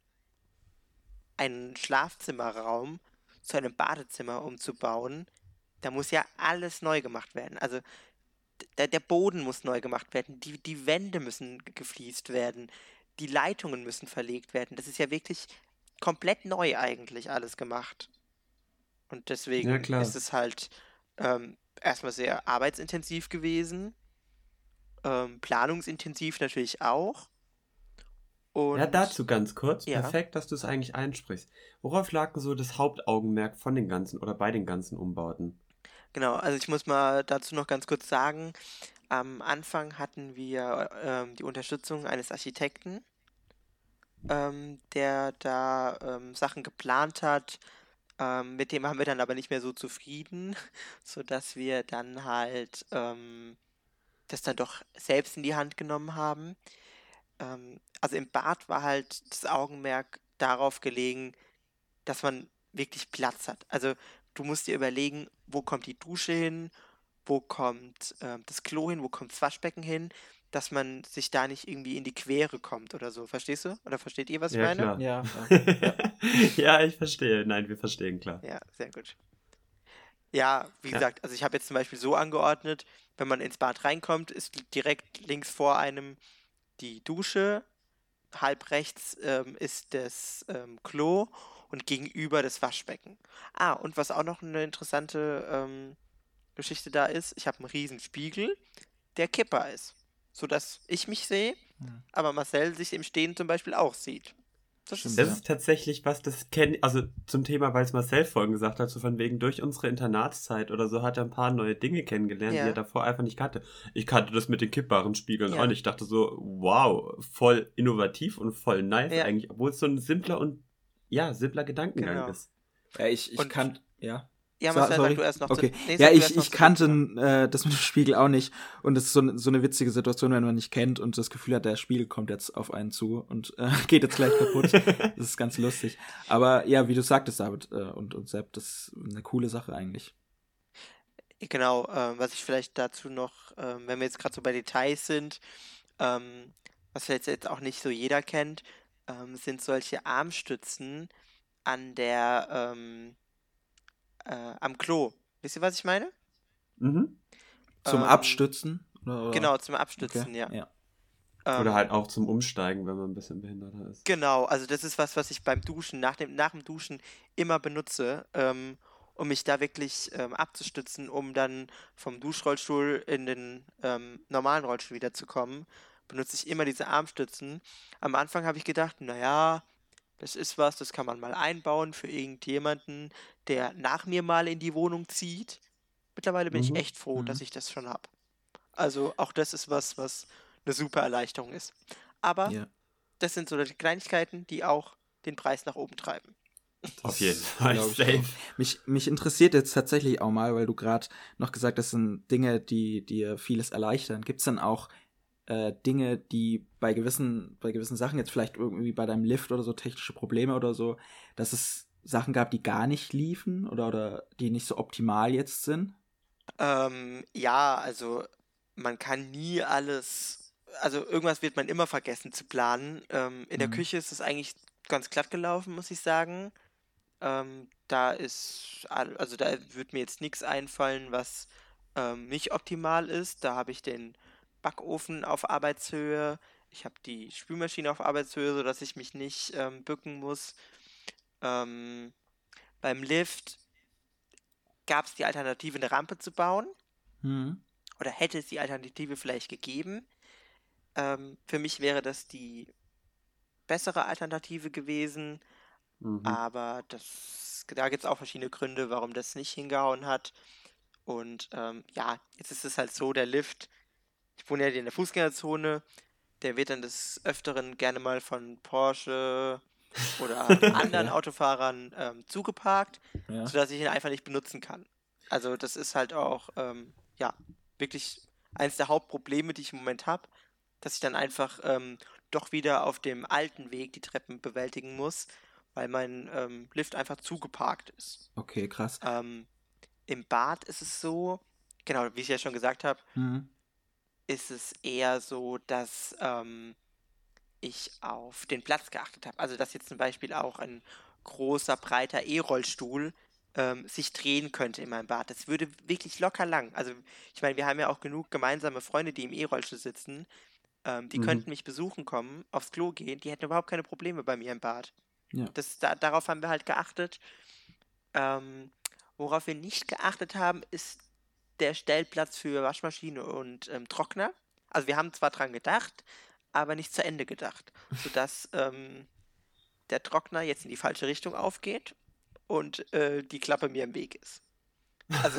Schlafzimmerraum zu einem Badezimmer umzubauen, da muss ja alles neu gemacht werden. Also der Boden muss neu gemacht werden, die Wände müssen gefliest werden, die Leitungen müssen verlegt werden. Das ist ja wirklich komplett neu eigentlich alles gemacht. Und ja deswegen klar. ist es halt erstmal sehr arbeitsintensiv gewesen, planungsintensiv natürlich auch. Ja, Und dazu ganz kurz. ja, Perfekt, dass du es eigentlich einsprichst. Worauf lag denn so das Hauptaugenmerk von den ganzen oder bei den ganzen Umbauten? genau, also ich muss mal dazu noch ganz kurz sagen, am Anfang hatten wir die Unterstützung eines Architekten, der da Sachen geplant hat. Mit dem waren wir dann aber nicht mehr so zufrieden, sodass wir dann halt das dann doch selbst in die Hand genommen haben. Also im Bad war halt das Augenmerk darauf gelegen, dass man wirklich Platz hat. Also du musst dir überlegen, wo kommt die Dusche hin, wo kommt das Klo hin, wo kommt das Waschbecken hin, dass man sich da nicht irgendwie in die Quere kommt oder so. Verstehst du? Oder versteht ihr, was ich Ja, meine? klar. Ja. Ja, ich verstehe. Nein, wir verstehen, klar. Ja, sehr gut. Ja, wie Ja. gesagt, also ich habe jetzt zum Beispiel so angeordnet, wenn man ins Bad reinkommt, ist direkt links vor einem die Dusche, halb rechts ist das Klo und gegenüber das Waschbecken. Und was auch noch eine interessante Geschichte da ist, ich habe einen riesen Spiegel, der kippbar ist, sodass ich mich sehe, aber Marcel sich im Stehen zum Beispiel auch sieht. Das Stimmt, ist, Das ist tatsächlich was, das kenne also zum Thema, weil es Marcel vorhin gesagt hat, so von wegen durch unsere Internatszeit oder so hat er ein paar neue Dinge kennengelernt, die Ja. er davor einfach nicht kannte. Ich kannte das mit den kippbaren Spiegeln Ja. auch nicht. Ich dachte so, wow, voll innovativ und voll nice Ja. eigentlich, obwohl es so ein simpler Gedankengang Genau. ist. Ja, ich Und- kann. Ja. Ja, Marcel, sag Sorry. du erst noch Okay. Nee, Ja, sag du erst noch ich zu kannte Lift, das mit dem Spiegel auch nicht. Und das ist so eine witzige Situation, wenn man nicht kennt und das Gefühl hat, der Spiegel kommt jetzt auf einen zu und geht jetzt gleich kaputt. Das ist ganz lustig. Aber ja, wie du sagtest, David und Sepp, das ist eine coole Sache eigentlich. Genau, was ich vielleicht dazu noch, wenn wir jetzt gerade so bei Details sind, was vielleicht jetzt auch nicht so jeder kennt, sind solche Armstützen an am Klo. Wisst ihr, was ich meine? Mhm. Zum Ähm, Abstützen? Oder? genau, zum Okay, Abstützen, ja. ja. Oder halt Ähm, auch zum Umsteigen, wenn man ein bisschen behinderter ist. genau, also das ist was ich beim Duschen, nach dem Duschen immer benutze, um mich da wirklich abzustützen, um dann vom Duschrollstuhl in den normalen Rollstuhl wiederzukommen, benutze ich immer diese Armstützen. Am Anfang habe ich gedacht, naja, das ist was, das kann man mal einbauen für irgendjemanden, der nach mir mal in die Wohnung zieht. Mittlerweile bin ich Mhm. echt froh, dass Mhm. ich das schon habe. Also auch das ist was eine super Erleichterung ist. Aber Ja. das sind so die Kleinigkeiten, die auch den Preis nach oben treiben. Auf jeden Das Fall, glaube ich safe. auch. Mich interessiert jetzt tatsächlich auch mal, weil du gerade noch gesagt hast, das sind Dinge, die dir vieles erleichtern. Gibt es dann auch Dinge, die bei gewissen Sachen, jetzt vielleicht irgendwie bei deinem Lift oder so, technische Probleme oder so, dass es Sachen gab, die gar nicht liefen oder die nicht so optimal jetzt sind? Ja, also man kann nie alles, also irgendwas wird man immer vergessen zu planen. In der Mhm. Küche ist es eigentlich ganz glatt gelaufen, muss ich sagen. Also da wird mir jetzt nichts einfallen, was nicht optimal ist. Da habe ich den Backofen auf Arbeitshöhe. Ich habe die Spülmaschine auf Arbeitshöhe, sodass ich mich nicht bücken muss. Ähm, Beim Lift gab es die Alternative, eine Rampe zu bauen. Mhm. Oder hätte es die Alternative vielleicht gegeben. Für mich wäre das die bessere Alternative gewesen. Mhm. Aber da gibt es auch verschiedene Gründe, warum das nicht hingehauen hat. Und ja, jetzt ist es halt so, der Lift, ich wohne ja hier in der Fußgängerzone, der wird dann des Öfteren gerne mal von Porsche oder anderen Okay. Autofahrern zugeparkt, Ja. sodass ich ihn einfach nicht benutzen kann. Also das ist halt auch, ja, wirklich eines der Hauptprobleme, die ich im Moment habe, dass ich dann einfach doch wieder auf dem alten Weg die Treppen bewältigen muss, weil mein Lift einfach zugeparkt ist. Okay, krass. Ähm, Im Bad ist es so, genau, wie ich ja schon gesagt habe, Mhm. ist es eher so, dass ich auf den Platz geachtet habe. Also, dass jetzt zum Beispiel auch ein großer, breiter E-Rollstuhl sich drehen könnte in meinem Bad. Das würde wirklich locker lang. Also, ich meine, wir haben ja auch genug gemeinsame Freunde, die im E-Rollstuhl sitzen. Die Mhm. könnten mich besuchen kommen, aufs Klo gehen. Die hätten überhaupt keine Probleme bei mir im Bad. Ja. Darauf haben wir halt geachtet. Ähm, Worauf wir nicht geachtet haben, ist der Stellplatz für Waschmaschine und Trockner. Also wir haben zwar dran gedacht, aber nicht zu Ende gedacht, sodass der Trockner jetzt in die falsche Richtung aufgeht und die Klappe mir im Weg ist. Also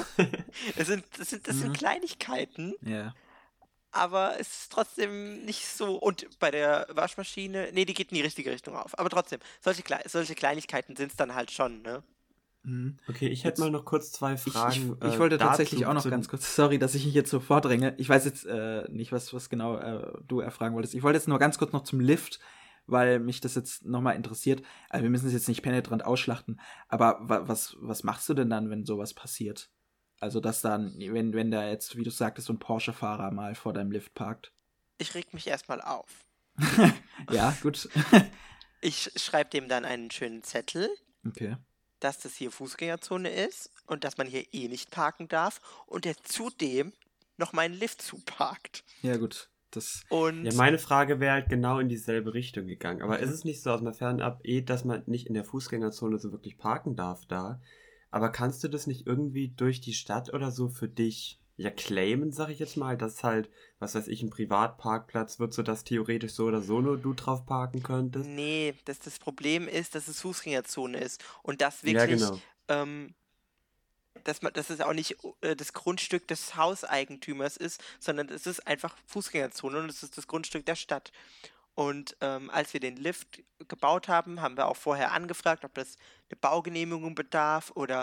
das sind Mhm. Kleinigkeiten, Ja. aber es ist trotzdem nicht so. Und bei der Waschmaschine, nee, die geht in die richtige Richtung auf. Aber trotzdem, solche Kleinigkeiten sind es dann halt schon, ne? Mhm. Okay, ich hätte mal Jetzt noch kurz zwei Fragen ich wollte tatsächlich dazu. auch noch ganz kurz, sorry, dass ich mich jetzt so vordränge. Ich weiß jetzt nicht, was genau du erfragen wolltest. Ich wollte jetzt nur ganz kurz noch zum Lift, weil mich das jetzt nochmal interessiert. Also wir müssen es jetzt nicht penetrant ausschlachten, aber was machst du denn dann, wenn sowas passiert? Also, dass dann, wenn da jetzt, wie du sagtest, so ein Porsche-Fahrer mal vor deinem Lift parkt. Ich reg mich erstmal auf. Ja, gut. Ich schreibe dem dann einen schönen Zettel, Okay. dass das hier Fußgängerzone ist und dass man hier eh nicht parken darf und der zudem noch meinen Lift zuparkt. Ja, gut. Das, Ja, Und meine Frage wäre halt genau in dieselbe Richtung gegangen. Aber ist okay. es nicht so aus dem Fernab, dass man nicht in der Fußgängerzone so wirklich parken darf da? Aber kannst du das nicht irgendwie durch die Stadt oder so für dich ja claimen, sag ich jetzt mal, dass halt, was weiß ich, ein Privatparkplatz wird, so dass theoretisch so oder so nur du drauf parken könntest? nee, das Problem ist, dass es Fußgängerzone ist und das Ja, wirklich, genau. ähm, dass es auch nicht das Grundstück des Hauseigentümers ist, sondern es ist einfach Fußgängerzone und es ist das Grundstück der Stadt. Und als wir den Lift gebaut haben, haben wir auch vorher angefragt, ob das eine Baugenehmigung bedarf oder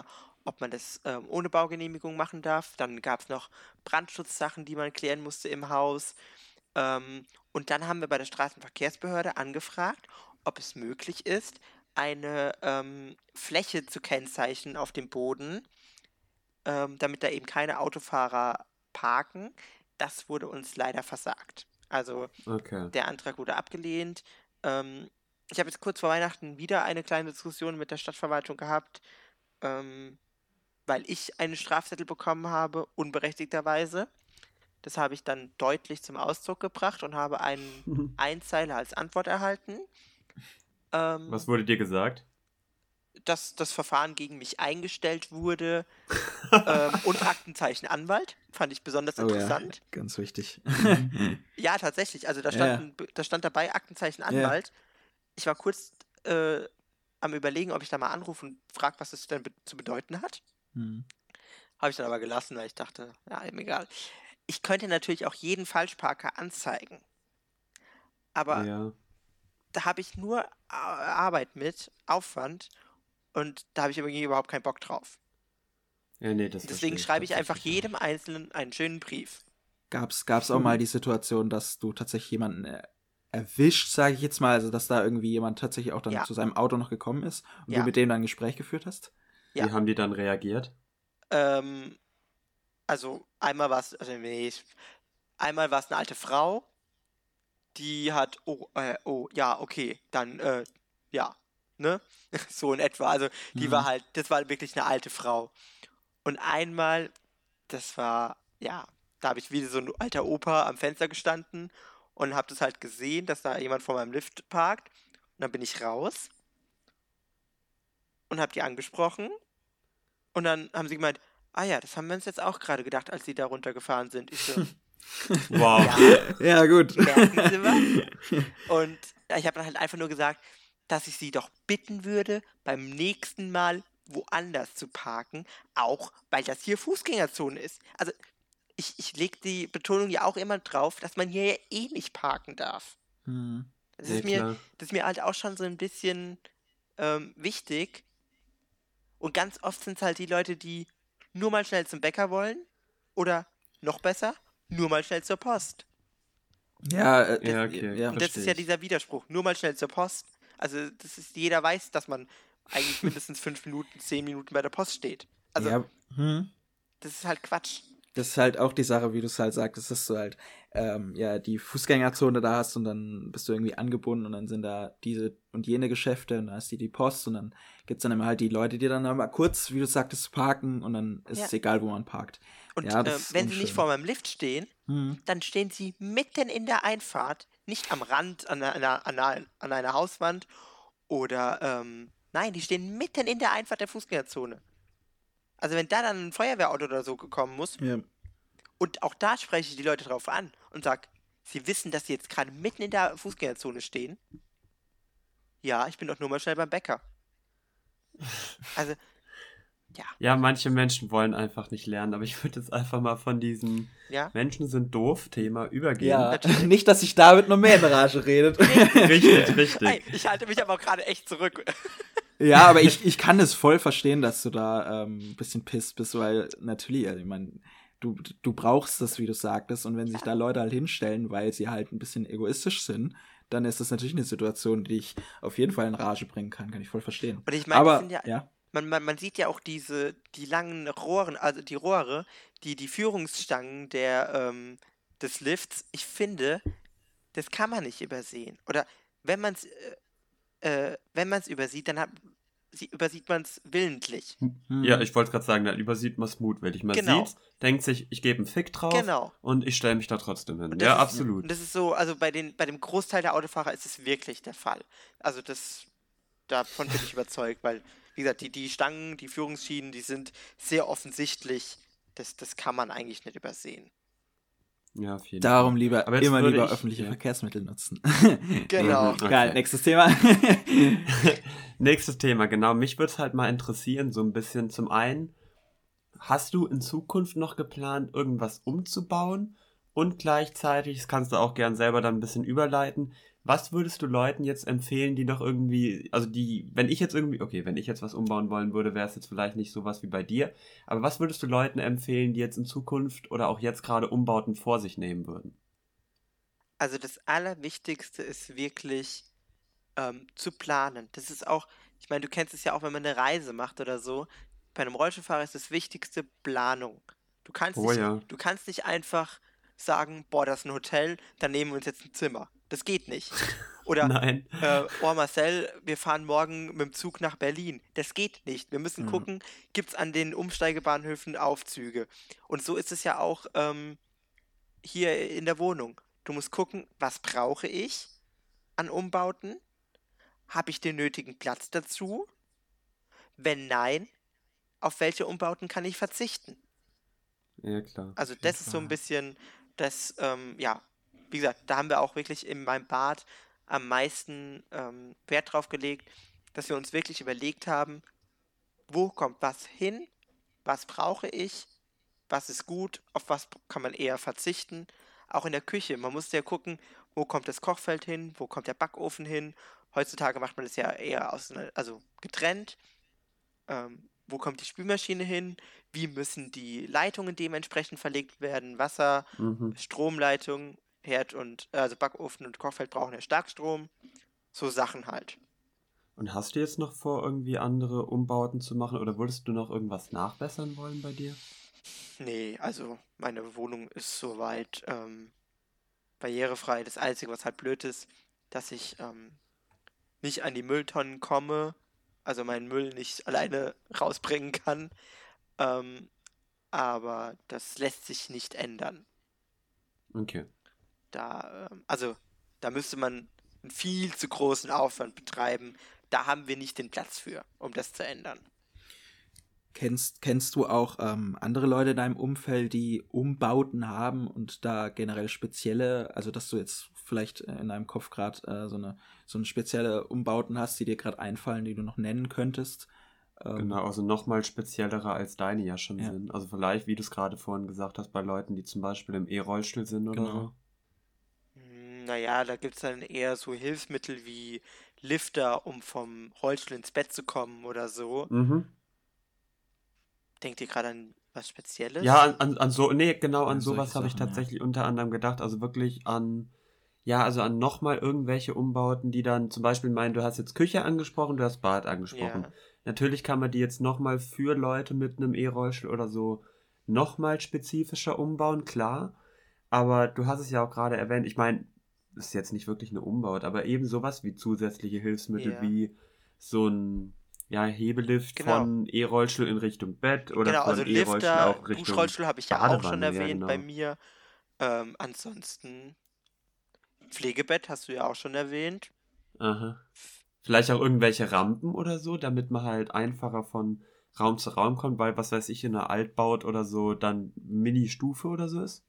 ob man das ohne Baugenehmigung machen darf. Dann gab es noch Brandschutzsachen, die man klären musste im Haus. Und dann haben wir bei der Straßenverkehrsbehörde angefragt, ob es möglich ist, eine Fläche zu kennzeichnen auf dem Boden, damit da eben keine Autofahrer parken. Das wurde uns leider versagt. Also Okay. der Antrag wurde abgelehnt. Ich habe jetzt kurz vor Weihnachten wieder eine kleine Diskussion mit der Stadtverwaltung gehabt, weil ich einen Strafzettel bekommen habe, unberechtigterweise. Das habe ich dann deutlich zum Ausdruck gebracht und habe einen Einzeiler als Antwort erhalten. Was wurde dir gesagt? Dass das Verfahren gegen mich eingestellt wurde und Aktenzeichen Anwalt. Fand ich besonders interessant. Ja, ganz wichtig. Ja, tatsächlich. Also da stand dabei Aktenzeichen Ja. Anwalt. Ich war kurz am Überlegen, ob ich da mal anrufe und frage, was das denn zu bedeuten hat. Habe ich dann aber gelassen, weil ich dachte, ja, eben egal. Ich könnte natürlich auch jeden Falschparker anzeigen. Aber Ja. da habe ich nur Arbeit mit, Aufwand, und da habe ich irgendwie überhaupt keinen Bock drauf. Ja, nee, das Deswegen verstehe ich schreibe ich einfach tatsächlich jedem Einzelnen einen schönen Brief. Gab's auch mal die Situation, dass du tatsächlich jemanden erwischt, sage ich jetzt mal, also dass da irgendwie jemand tatsächlich auch dann Ja. zu seinem Auto noch gekommen ist und Ja. du mit dem dann ein Gespräch geführt hast? Ja. Wie haben die dann reagiert? Also einmal war es eine alte Frau, die hat, ja, okay, dann, ja, ne? So in etwa. Also die war halt, das war wirklich eine alte Frau. Und einmal, das war, ja, da habe ich wie so ein alter Opa am Fenster gestanden und habe das halt gesehen, dass da jemand vor meinem Lift parkt. Und dann bin ich raus und habe die angesprochen. Und dann haben sie gemeint, ah ja, das haben wir uns jetzt auch gerade gedacht, als sie da runtergefahren sind. Ich so, Wow. Ja, gut. merken Sie was? Und ich habe dann halt einfach nur gesagt, dass ich sie doch bitten würde, beim nächsten Mal woanders zu parken, auch weil das hier Fußgängerzone ist. Also ich lege die Betonung ja auch immer drauf, dass man hier ja eh nicht parken darf. Das Ja, ist mir, klar. das ist mir halt auch schon so ein bisschen wichtig. Und ganz oft sind es halt die Leute, die nur mal schnell zum Bäcker wollen oder noch besser, nur mal schnell zur Post. Ja, Ja, okay. ja. Und das ist Versteh ja ich. dieser Widerspruch. Nur mal schnell zur Post. Also jeder weiß, dass man eigentlich mindestens 5 Minuten, 10 Minuten bei der Post steht. Also ja, das ist halt Quatsch. das ist halt auch die Sache, wie du es halt sagst, dass du halt ja die Fußgängerzone da hast und dann bist du irgendwie angebunden und dann sind da diese und jene Geschäfte und da ist die Post und dann gibt's dann immer halt die Leute, die dann mal kurz, wie du sagtest, parken und dann ist Ja. es egal, wo man parkt. Und Ja, das ist wenn sie nicht unschön. vor meinem Lift stehen, dann stehen sie mitten in der Einfahrt, nicht am Rand an einer Hauswand oder nein, die stehen mitten in der Einfahrt der Fußgängerzone. Also wenn da dann ein Feuerwehrauto oder so gekommen muss, Ja. und auch da spreche ich die Leute drauf an und sage, sie wissen, dass sie jetzt gerade mitten in der Fußgängerzone stehen. Ja, ich bin doch nur mal schnell beim Bäcker. Also, ja. Ja, manche Menschen wollen einfach nicht lernen, aber ich würde jetzt einfach mal von diesem Ja. Menschen sind doof Thema übergehen. Ja, Natürlich. nicht, dass sich David noch mehr in Rage redet. Richtig, richtig. Hey, ich halte mich aber auch gerade echt zurück. Ja, aber ich kann es voll verstehen, dass du da ein bisschen pisst bist, weil natürlich, also ich meine, du brauchst das, wie du sagtest, und wenn sich da Leute halt hinstellen, weil sie halt ein bisschen egoistisch sind, dann ist das natürlich eine Situation, die ich auf jeden Fall in Rage bringen kann ich voll verstehen. Und ich meine, das Aber, sind ja, ja, man sieht ja auch die langen Rohren, also die Rohre, die Führungsstangen des Lifts. Ich finde, das kann man nicht übersehen. Oder wenn man es übersieht, dann übersieht man es willentlich. Ja, ich wollte gerade sagen, dann übersieht man es mutwillig. Man Genau. sieht, denkt sich, ich gebe einen Fick drauf Genau. und ich stelle mich da trotzdem hin. Und das Ja, ist- absolut. Und das ist so, also bei dem Großteil der Autofahrer ist es wirklich der Fall. Also davon bin ich überzeugt, weil, wie gesagt, die Stangen, die Führungsschienen, die sind sehr offensichtlich. Das kann man eigentlich nicht übersehen. Ja, auf jeden darum Fall. Aber jetzt immer würde lieber ich- öffentliche ja. Verkehrsmittel nutzen. Genau. Okay. Geil, nächstes Thema. Nächstes Thema, genau. Mich würde es halt mal interessieren, so ein bisschen zum einen, hast du in Zukunft noch geplant, irgendwas umzubauen? Und gleichzeitig, das kannst du auch gern selber dann ein bisschen überleiten, was würdest du Leuten jetzt empfehlen, die noch irgendwie, also die, wenn ich jetzt irgendwie, okay, wenn ich jetzt was umbauen wollen würde, wäre es jetzt vielleicht nicht sowas wie bei dir, aber was würdest du Leuten empfehlen, die jetzt in Zukunft oder auch jetzt gerade Umbauten vor sich nehmen würden? Also das Allerwichtigste ist wirklich zu planen. Das ist auch, ich meine, du kennst es ja auch, wenn man eine Reise macht oder so. Bei einem Rollstuhlfahrer ist das Wichtigste Planung. Du kannst Oh nicht, ja. du kannst nicht einfach sagen, boah, das ist ein Hotel, dann nehmen wir uns jetzt ein Zimmer. Das geht nicht. Oder, Nein. oh Marcel, wir fahren morgen mit dem Zug nach Berlin. Das geht nicht. Wir müssen Mhm. gucken, gibt es an den Umsteigebahnhöfen Aufzüge. Und so ist es ja auch hier in der Wohnung. Du musst gucken, was brauche ich an Umbauten? Habe ich den nötigen Platz dazu? Wenn nein, auf welche Umbauten kann ich verzichten? Ja, klar. Also Auf jeden das ist so Fall. ein bisschen das, ja, wie gesagt, da haben wir auch wirklich in meinem Bad am meisten Wert drauf gelegt, dass wir uns wirklich überlegt haben, wo kommt was hin, was brauche ich, was ist gut, auf was kann man eher verzichten. Auch in der Küche, man muss ja gucken, wo kommt das Kochfeld hin, wo kommt der Backofen hin. Heutzutage macht man das ja eher also getrennt. Wo kommt die Spülmaschine hin? Wie müssen die Leitungen dementsprechend verlegt werden? Wasser, Mhm. Stromleitung, Herd und also Backofen und Kochfeld brauchen ja Starkstrom. So Sachen halt. Und hast du jetzt noch vor, irgendwie andere Umbauten zu machen oder würdest du noch irgendwas nachbessern wollen bei dir? Nee, also meine Wohnung ist soweit barrierefrei. Das Einzige, was halt blöd ist, dass ich nicht an die Mülltonnen komme, also meinen Müll nicht alleine rausbringen kann. Ähm, aber das lässt sich nicht ändern. Okay. Also da müsste man einen viel zu großen Aufwand betreiben. Da haben wir nicht den Platz für, um das zu ändern. Kennst du auch andere Leute in deinem Umfeld, die Umbauten haben und da generell spezielle, also dass du jetzt vielleicht in deinem Kopf gerade so eine spezielle Umbauten hast, die dir gerade einfallen, die du noch nennen könntest? Genau, also nochmal speziellere als deine ja schon Ja, sind. Also vielleicht, wie du es gerade vorhin gesagt hast, bei Leuten, die zum Beispiel im E-Rollstuhl sind oder genau. so. Naja, da gibt es dann eher so Hilfsmittel wie Lifter, um vom Rollstuhl ins Bett zu kommen oder so. Mhm. Denkt ihr gerade an was Ja, Spezielles? an so, nee, genau an Ja, solche sowas habe ich Sachen, ja. tatsächlich unter anderem gedacht. Also wirklich an, ja, also an nochmal irgendwelche Umbauten, die dann zum Beispiel meinen, du hast jetzt Küche angesprochen, du hast Bad angesprochen. Ja. Natürlich kann man die jetzt nochmal für Leute mit einem E-Rollstuhl oder so nochmal spezifischer umbauen, klar. Aber du hast es ja auch gerade erwähnt, ich meine, das ist jetzt nicht wirklich eine Umbaut, aber eben sowas wie zusätzliche Hilfsmittel Ja. wie so ein ja, Hebelift Genau. von E-Rollstuhl in Richtung Bett oder Genau, also von E-Rollstuhl Lifter, auch Richtung Duschrollstuhl habe ich ja auch schon Badewanne, ja erwähnt bei genau. mir. Ansonsten Pflegebett hast du ja auch schon erwähnt. Aha. Vielleicht auch irgendwelche Rampen oder so, damit man halt einfacher von Raum zu Raum kommt, weil was weiß ich, in einer Altbaut oder so dann Mini-Stufe oder so ist.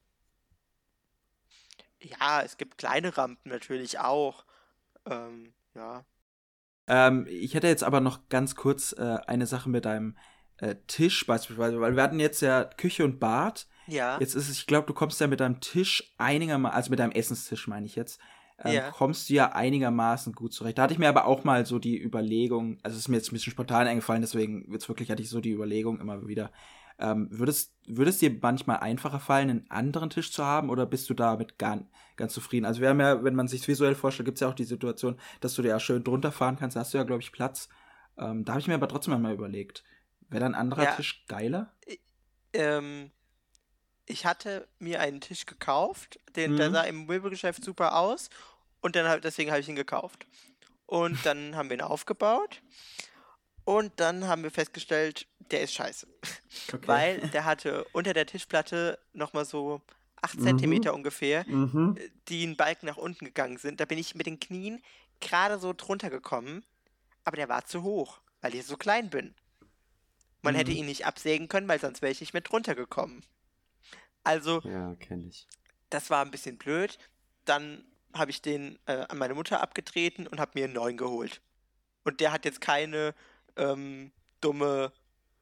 Ja, es gibt kleine Rampen natürlich auch. Ja. Ich hätte jetzt aber noch ganz kurz eine Sache mit deinem Tisch beispielsweise, weil wir hatten jetzt ja Küche und Bad. Ja, Jetzt ist es, ich glaube, du kommst ja mit deinem Tisch einigermaßen, also mit deinem Essenstisch meine ich jetzt, ja. kommst du ja einigermaßen gut zurecht. Da hatte ich mir aber auch mal so die Überlegung, also es ist mir jetzt ein bisschen spontan eingefallen, deswegen hatte ich so die Überlegung immer wieder. Würde es dir manchmal einfacher fallen, einen anderen Tisch zu haben oder bist du damit ganz zufrieden? Also wir haben ja, wenn man sich visuell vorstellt, gibt es ja auch die Situation, dass du dir ja schön drunter fahren kannst, da hast du ja, glaube ich, Platz. Da habe ich mir aber trotzdem mal überlegt, wäre da ein anderer Ja, Tisch geiler? i- ähm, ich hatte mir einen Tisch gekauft, der sah Mhm. im Möbelgeschäft super aus und deswegen habe ich ihn gekauft. Und dann haben wir ihn aufgebaut und dann haben wir festgestellt, der ist scheiße. Okay. Weil der hatte unter der Tischplatte nochmal so 8 Mhm. Zentimeter ungefähr, Mhm. die einen Balken nach unten gegangen sind. Da bin ich mit den Knien gerade so drunter gekommen, aber der war zu hoch, weil ich so klein bin. Man hätte Mhm. ihn nicht absägen können, weil sonst wäre ich nicht mehr drunter gekommen. Also, Ja, kenne ich. das war ein bisschen blöd. Dann habe ich den an meine Mutter abgetreten und habe mir einen neuen geholt. Und der hat jetzt keine ähm, dumme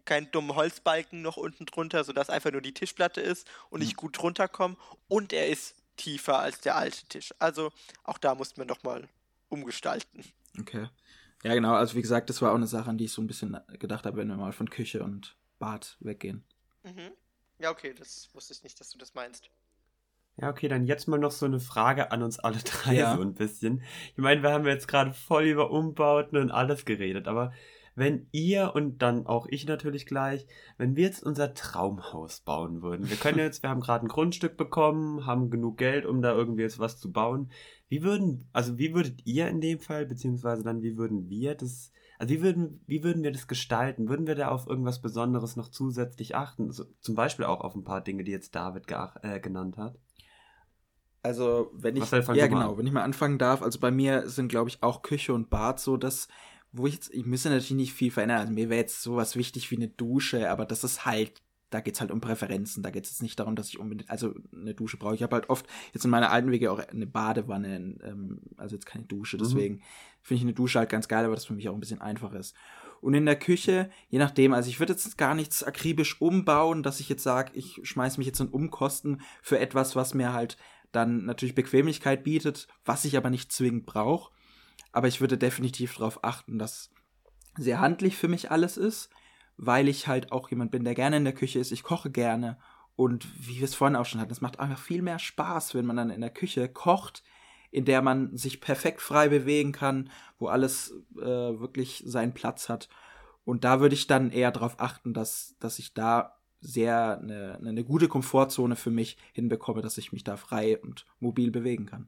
keinen dummen Holzbalken noch unten drunter, sodass einfach nur die Tischplatte ist und ich gut drunter komme. Und er ist tiefer als der alte Tisch. Also auch da mussten wir nochmal umgestalten. Okay. Ja, genau. Also wie gesagt, das war auch eine Sache, an die ich so ein bisschen gedacht habe, wenn wir mal von Küche und Bad weggehen. Mhm. Ja, okay, das wusste ich nicht, dass du das meinst. Ja, okay, dann jetzt mal noch so eine Frage an uns alle drei Ja. so ein bisschen. Ich meine, wir haben jetzt gerade voll über Umbauten und alles geredet, aber wenn ihr und dann auch ich natürlich gleich, wenn wir jetzt unser Traumhaus bauen würden, wir haben gerade ein Grundstück bekommen, haben genug Geld, um da irgendwie jetzt was zu bauen. Wie würdet ihr in dem Fall, beziehungsweise dann wie würden wir das, also wie würden wir das gestalten? Würden wir da auf irgendwas Besonderes noch zusätzlich achten? So, zum Beispiel auch auf ein paar Dinge, die jetzt David genannt hat. Also, wenn ich mal anfangen darf, also bei mir sind, glaube ich, auch Küche und Bad so das, ich müsste natürlich nicht viel verändern. Also mir wäre jetzt sowas wichtig wie eine Dusche, aber das ist halt, da geht es halt um Präferenzen. Da geht es jetzt nicht darum, dass ich unbedingt, also eine Dusche brauche. Ich habe halt oft jetzt in meiner alten Wege auch eine Badewanne, also jetzt keine Dusche. Deswegen finde ich eine Dusche halt ganz geil, aber das für mich auch ein bisschen einfacher ist. Und in der Küche, je nachdem, also ich würde jetzt gar nichts akribisch umbauen, dass ich jetzt sage, ich schmeiße mich jetzt in Umkosten für etwas, was mir halt dann natürlich Bequemlichkeit bietet, was ich aber nicht zwingend brauche. Aber ich würde definitiv darauf achten, dass sehr handlich für mich alles ist, weil ich halt auch jemand bin, der gerne in der Küche ist. Ich koche gerne und wie wir es vorhin auch schon hatten, es macht einfach viel mehr Spaß, wenn man dann in der Küche kocht, in der man sich perfekt frei bewegen kann, wo alles wirklich seinen Platz hat. Und da würde ich dann eher darauf achten, dass ich da sehr eine gute Komfortzone für mich hinbekomme, dass ich mich da frei und mobil bewegen kann.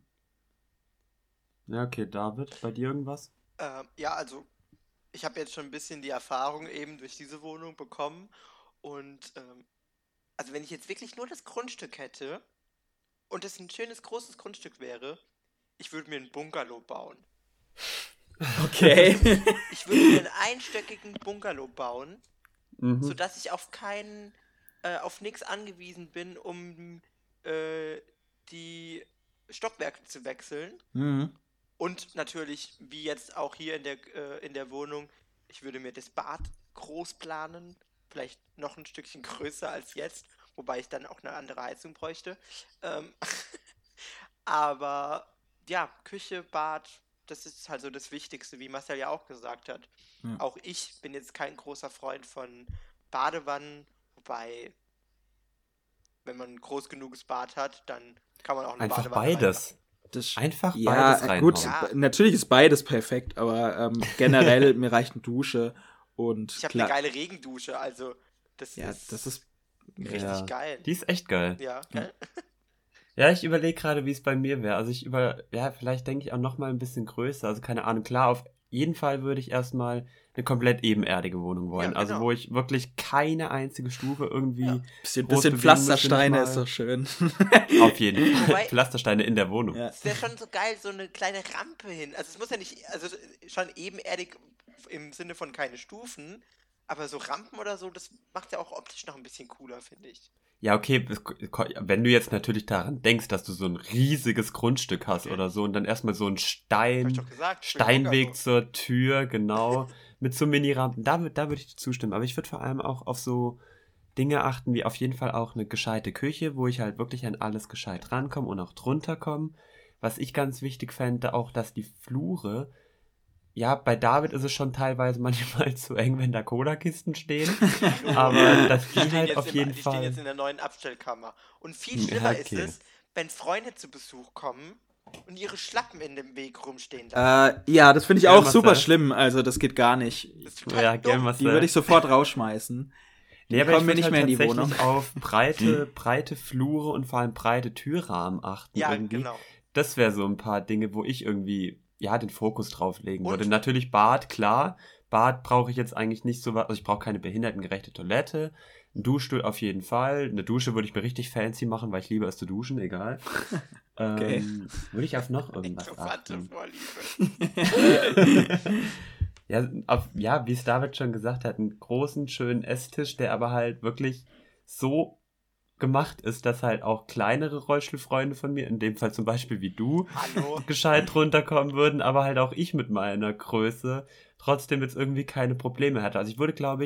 Ja, okay, David, bei dir irgendwas? Ja, also ich habe jetzt schon ein bisschen die Erfahrung eben durch diese Wohnung bekommen und also wenn ich jetzt wirklich nur das Grundstück hätte und es ein schönes, großes Grundstück wäre, ich würde mir einen Bungalow bauen. Okay. Ich würde mir einen einstöckigen Bungalow bauen, sodass ich auf nichts angewiesen bin, um die Stockwerke zu wechseln. Und natürlich, wie jetzt auch hier in der Wohnung, ich würde mir das Bad groß planen, vielleicht noch ein Stückchen größer als jetzt, wobei ich dann auch eine andere Heizung bräuchte. Aber ja, Küche, Bad, das ist halt so das Wichtigste, wie Marcel ja auch gesagt hat. Ja. Auch ich bin jetzt kein großer Freund von Badewannen, wobei, wenn man ein groß genuges Bad hat, dann kann man auch eine einfach Badewanne beides. Einfach beides reinhauen. Gut, natürlich ist beides perfekt, aber generell, mir reicht eine Dusche und ich habe eine geile Regendusche, also das ist richtig geil. Die ist echt geil. Ja, geil. Ja, ich überlege gerade, wie es bei mir wäre. Also vielleicht denke ich auch noch mal ein bisschen größer. Also keine Ahnung, klar, auf jeden Fall würde ich erstmal eine komplett ebenerdige Wohnung wollen. Ja, genau. Also wo ich wirklich keine einzige Stufe irgendwie bisschen Pflastersteine ist doch schön. Auf jeden Fall. Pflastersteine in der Wohnung. Ja. Es wäre schon so geil, so eine kleine Rampe hin. Also es muss ja nicht, also schon ebenerdig im Sinne von keine Stufen, aber so Rampen oder so, das macht ja auch optisch noch ein bisschen cooler, finde ich. Ja, okay, wenn du jetzt natürlich daran denkst, dass du so ein riesiges Grundstück hast oder so und dann erstmal so ein Steinweg zur Tür, genau, mit so Mini-Rampen, da würde ich dir zustimmen. Aber ich würde vor allem auch auf so Dinge achten, wie auf jeden Fall auch eine gescheite Küche, wo ich halt wirklich an alles gescheit rankomme und auch drunter komme. Was ich ganz wichtig fände, auch, dass die Flure, ja, bei David ist es schon teilweise manchmal zu eng, wenn da Cola-Kisten stehen. Aber das geht halt auf jeden Fall. Die stehen jetzt in der neuen Abstellkammer. Und viel schlimmer ist es, wenn Freunde zu Besuch kommen und ihre Schlappen in dem Weg rumstehen. Ja, das finde ich auch super schlimm. Also das geht gar nicht. Das ist total dumm. Die würde ich sofort rausschmeißen. Nee, aber kommen wir nicht mehr in die Wohnung. Auf breite Flure und vor allem breite Türrahmen achten. Ja, irgendwie. genau. Das wäre so ein paar Dinge, wo ich irgendwie den Fokus drauf legen würde. Natürlich Bad, klar. Bad brauche ich jetzt eigentlich nicht so was. Also ich brauche keine behindertengerechte Toilette. Ein Duschstuhl auf jeden Fall. Eine Dusche würde ich mir richtig fancy machen, weil ich liebe es zu duschen, egal. Okay. Würde ich auf noch irgendwas achten? Wie es David schon gesagt hat, einen großen, schönen Esstisch, der aber halt wirklich so gemacht ist, dass halt auch kleinere Rollstuhlfreunde von mir, in dem Fall zum Beispiel wie du, gescheit runterkommen würden, aber halt auch ich mit meiner Größe trotzdem jetzt irgendwie keine Probleme hatte. Also ich würde, glaube ich,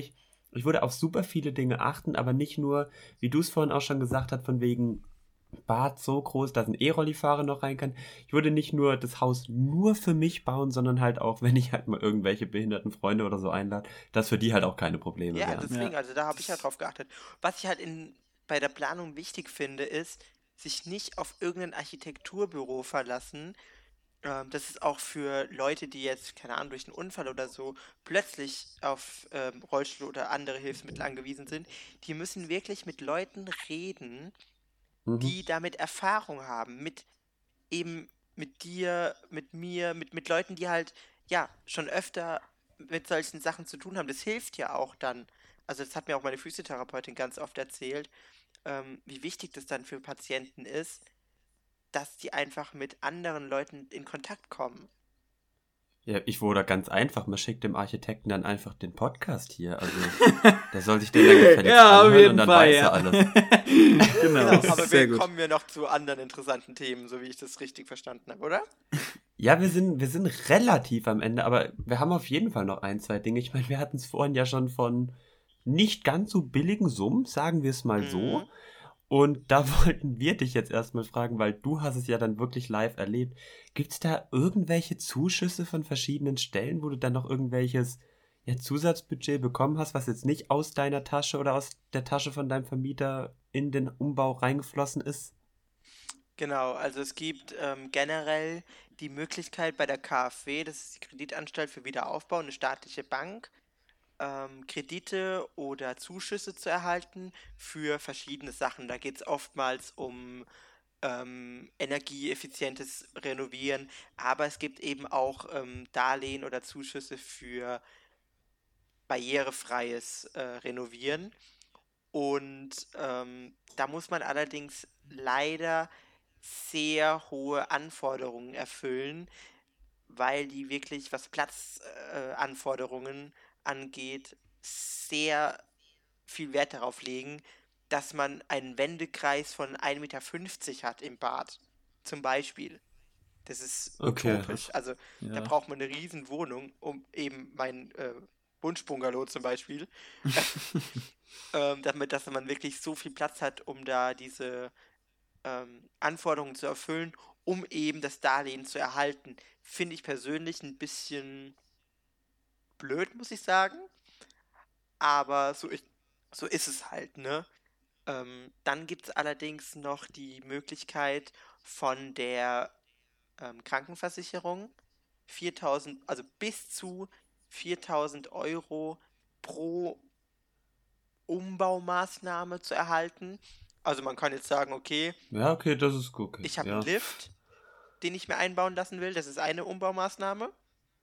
ich würde auf super viele Dinge achten, aber nicht nur, wie du es vorhin auch schon gesagt hast, von wegen Bad so groß, dass ein E-Rolli-Fahrer noch rein kann. Ich würde nicht nur das Haus nur für mich bauen, sondern halt auch, wenn ich halt mal irgendwelche behinderten Freunde oder so einlade, dass für die halt auch keine Probleme Ja, wären. deswegen, Ja. also da habe ich ja drauf geachtet. Was ich halt bei der Planung wichtig finde, ist, sich nicht auf irgendein Architekturbüro verlassen. Das ist auch für Leute, die jetzt, keine Ahnung, durch einen Unfall oder so plötzlich auf Rollstuhl oder andere Hilfsmittel angewiesen sind. Die müssen wirklich mit Leuten reden, Mhm. die damit Erfahrung haben, eben mit dir, mit mir, mit Leuten, die halt, ja, schon öfter mit solchen Sachen zu tun haben. Das hilft ja auch dann. Also das hat mir auch meine Physiotherapeutin ganz oft erzählt, wie wichtig das dann für Patienten ist, dass die einfach mit anderen Leuten in Kontakt kommen. Ja, ich wurde ganz einfach, man schickt dem Architekten dann einfach den Podcast hier. Also, der soll sich den dann gefälligst Ja, auf anhören und jeden dann Fall, weiß ja. er alles. Genau, Aber sehr gut. kommen wir noch zu anderen interessanten Themen, so wie ich das richtig verstanden habe, oder? Ja, wir sind relativ am Ende, aber wir haben auf jeden Fall noch ein, zwei Dinge. Ich meine, wir hatten es vorhin ja schon von nicht ganz so billigen Summen, sagen wir es mal Mhm. so. Und da wollten wir dich jetzt erstmal fragen, weil du hast es ja dann wirklich live erlebt. Gibt es da irgendwelche Zuschüsse von verschiedenen Stellen, wo du dann noch irgendwelches ja, Zusatzbudget bekommen hast, was jetzt nicht aus deiner Tasche oder aus der Tasche von deinem Vermieter in den Umbau reingeflossen ist? Genau, also es gibt generell die Möglichkeit bei der KfW, das ist die Kreditanstalt für Wiederaufbau, eine staatliche Bank, Kredite oder Zuschüsse zu erhalten für verschiedene Sachen. Da geht es oftmals um energieeffizientes Renovieren, aber es gibt eben auch Darlehen oder Zuschüsse für barrierefreies Renovieren. Und da muss man allerdings leider sehr hohe Anforderungen erfüllen, weil die wirklich, was Platzanforderungen Anforderungen angeht, sehr viel Wert darauf legen, dass man einen Wendekreis von 1,50 Meter hat im Bad. Zum Beispiel. Das ist Okay. utopisch. Also da Ja. braucht man eine riesen Wohnung, um eben mein Wunschbungalow zum Beispiel, damit, dass man wirklich so viel Platz hat, um da diese Anforderungen zu erfüllen, um eben das Darlehen zu erhalten. Finde ich persönlich ein bisschen blöd, muss ich sagen. Aber so ist es halt, ne? Dann gibt es allerdings noch die Möglichkeit von der Krankenversicherung 4.000, also bis zu 4.000 Euro pro Umbaumaßnahme zu erhalten. Also man kann jetzt sagen, okay, Ja, okay, das ist gut. Okay. ich habe einen Ja. Lift, den ich mir einbauen lassen will, das ist eine Umbaumaßnahme.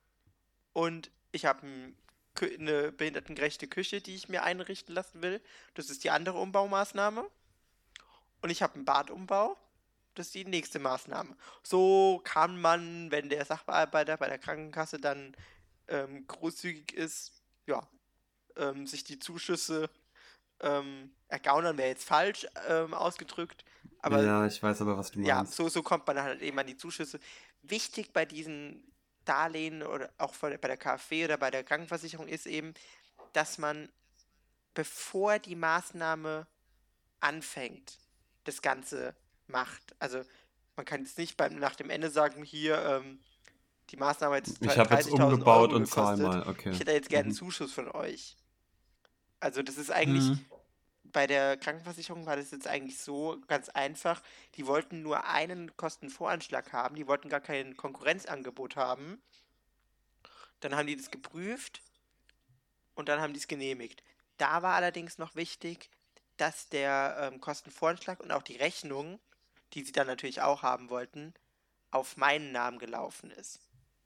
Und ich habe eine behindertengerechte Küche, die ich mir einrichten lassen will, das ist die andere Umbaumaßnahme. Und ich habe einen Badumbau, das ist die nächste Maßnahme. So kann man, wenn der Sachbearbeiter bei der Krankenkasse dann großzügig ist, ja, sich die Zuschüsse ergaunern wäre jetzt falsch ausgedrückt, aber Ja, ich weiß aber, was du ja, meinst. so kommt man halt eben an die Zuschüsse. Wichtig bei diesen Darlehen oder auch bei der KfW oder bei der Krankenversicherung ist eben, dass man, bevor die Maßnahme anfängt, das Ganze macht. Also man kann jetzt nicht nach dem Ende sagen, hier, die Maßnahme hat jetzt Ich habe jetzt 30.000 umgebaut Euro und zahl gekostet. mal. Okay. Ich hätte jetzt gerne einen Mhm. Zuschuss von euch. Also das ist eigentlich, Hm. bei der Krankenversicherung war das jetzt eigentlich so ganz einfach. Die wollten nur einen Kostenvoranschlag haben, die wollten gar kein Konkurrenzangebot haben. Dann haben die das geprüft und dann haben die es genehmigt. Da war allerdings noch wichtig, dass der Kostenvoranschlag und auch die Rechnung, die sie dann natürlich auch haben wollten, auf meinen Namen gelaufen ist.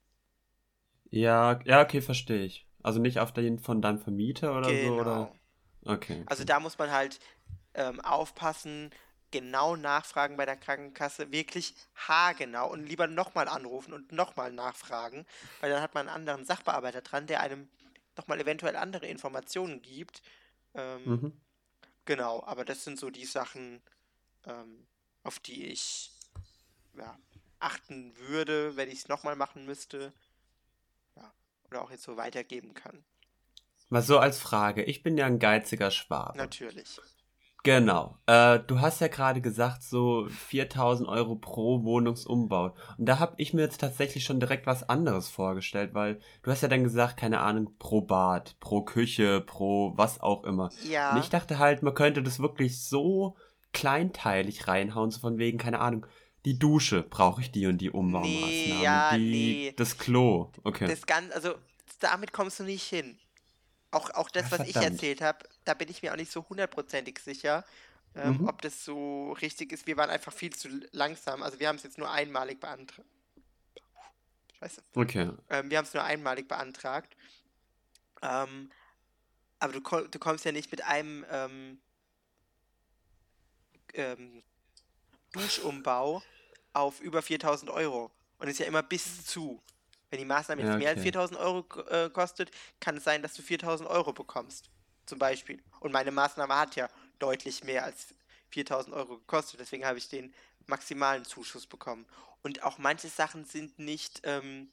Ja, ja, okay, verstehe ich. Also nicht auf den von deinem Vermieter oder so, oder? Genau. Okay, Also okay. da muss man halt aufpassen, genau nachfragen bei der Krankenkasse, wirklich haargenau und lieber nochmal anrufen und nochmal nachfragen, weil dann hat man einen anderen Sachbearbeiter dran, der einem nochmal eventuell andere Informationen gibt. Ähm, Mhm. genau, aber das sind so die Sachen, auf die ich ja, achten würde, wenn ich es nochmal machen müsste. Ja, oder auch jetzt so weitergeben kann. Mal so als Frage. Ich bin ja ein geiziger Schwabe. Natürlich. Genau. Du hast ja gerade gesagt, so 4.000 Euro pro Wohnungsumbau. Und da habe ich mir jetzt tatsächlich schon direkt was anderes vorgestellt, weil du hast ja dann gesagt, keine Ahnung, pro Bad, pro Küche, pro was auch immer. Und ich Ja, dachte halt, man könnte das wirklich so kleinteilig reinhauen, so von wegen, keine Ahnung, die Dusche brauche ich die und die nee, Umbaumaßnahme, ja, nee. das Klo. Okay. Das Ganze, also damit kommst du nicht hin. Auch Ah, das, was ich verdammt. erzählt habe, da bin ich mir auch nicht so hundertprozentig sicher, Mhm. ob das so richtig ist. Wir waren einfach viel zu langsam. Also wir haben es jetzt nur einmalig beantragt. Scheiße. Okay. Wir haben es nur einmalig beantragt. Ähm, aber du kommst ja nicht mit einem ähm, Duschumbau auf über 4.000 Euro. Und es ist ja immer bis zu. Wenn die Maßnahme Ja, jetzt mehr als okay. 4.000 Euro kostet, kann es sein, dass du 4.000 Euro bekommst. Zum Beispiel. Und meine Maßnahme hat ja deutlich mehr als 4.000 Euro gekostet. Deswegen habe ich den maximalen Zuschuss bekommen. Und auch manche Sachen sind nicht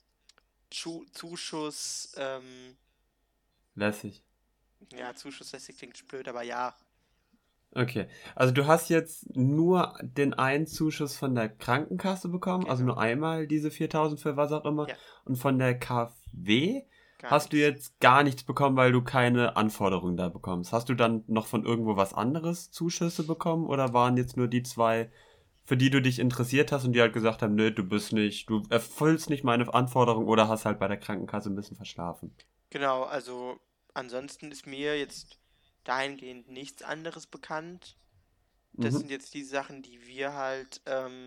Zuschuss, Lässig. ja, Zuschuss, das klingt blöd, aber ja. Okay, also du hast jetzt nur den einen Zuschuss von der Krankenkasse bekommen, also Genau. nur einmal diese 4.000 für was auch immer. Ja, Und von der KfW gar hast du nichts. jetzt gar nichts bekommen, weil du keine Anforderungen da bekommst. Hast du dann noch von irgendwo was anderes Zuschüsse bekommen oder waren jetzt nur die zwei, für die du dich interessiert hast und die halt gesagt haben, nö, du erfüllst nicht meine Anforderungen oder hast halt bei der Krankenkasse ein bisschen verschlafen? Genau, also ansonsten ist mir jetzt dahingehend nichts anderes bekannt. Das Mhm. sind jetzt die Sachen, die wir halt,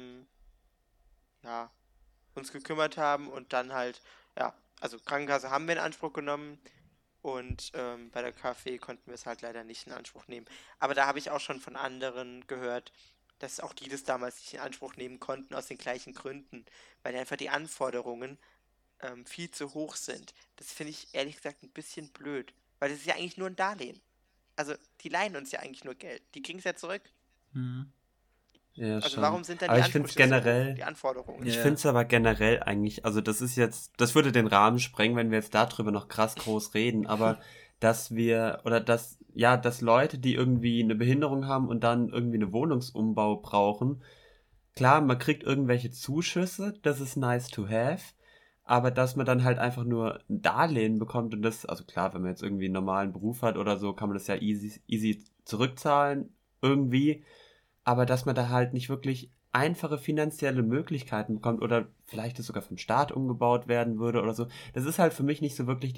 ja, uns gekümmert haben und dann halt, ja, also Krankenkasse haben wir in Anspruch genommen und bei der KfW konnten wir es halt leider nicht in Anspruch nehmen. Aber da habe ich auch schon von anderen gehört, dass auch die das damals nicht in Anspruch nehmen konnten aus den gleichen Gründen, weil einfach die Anforderungen viel zu hoch sind. Das finde ich ehrlich gesagt ein bisschen blöd, weil das ist ja eigentlich nur ein Darlehen. Also die leihen uns ja eigentlich nur Geld. Die kriegen es ja zurück. Mhm. Ja, Also schon. warum sind dann Aber die ich finde es Ansprüche so hoch, generell. die Anforderungen? Ich Ja. finde es aber generell eigentlich, also das ist jetzt, das würde den Rahmen sprengen, wenn wir jetzt darüber noch krass groß reden, aber dass wir, oder dass, ja, dass Leute, die irgendwie eine Behinderung haben und dann irgendwie eine Wohnungsumbau brauchen, klar, man kriegt irgendwelche Zuschüsse, das ist nice to have, aber dass man dann halt einfach nur ein Darlehen bekommt und das, also klar, wenn man jetzt irgendwie einen normalen Beruf hat oder so, kann man das ja easy zurückzahlen, irgendwie, aber dass man da halt nicht wirklich einfache finanzielle Möglichkeiten bekommt oder vielleicht es sogar vom Staat umgebaut werden würde oder so. Das ist halt für mich nicht so wirklich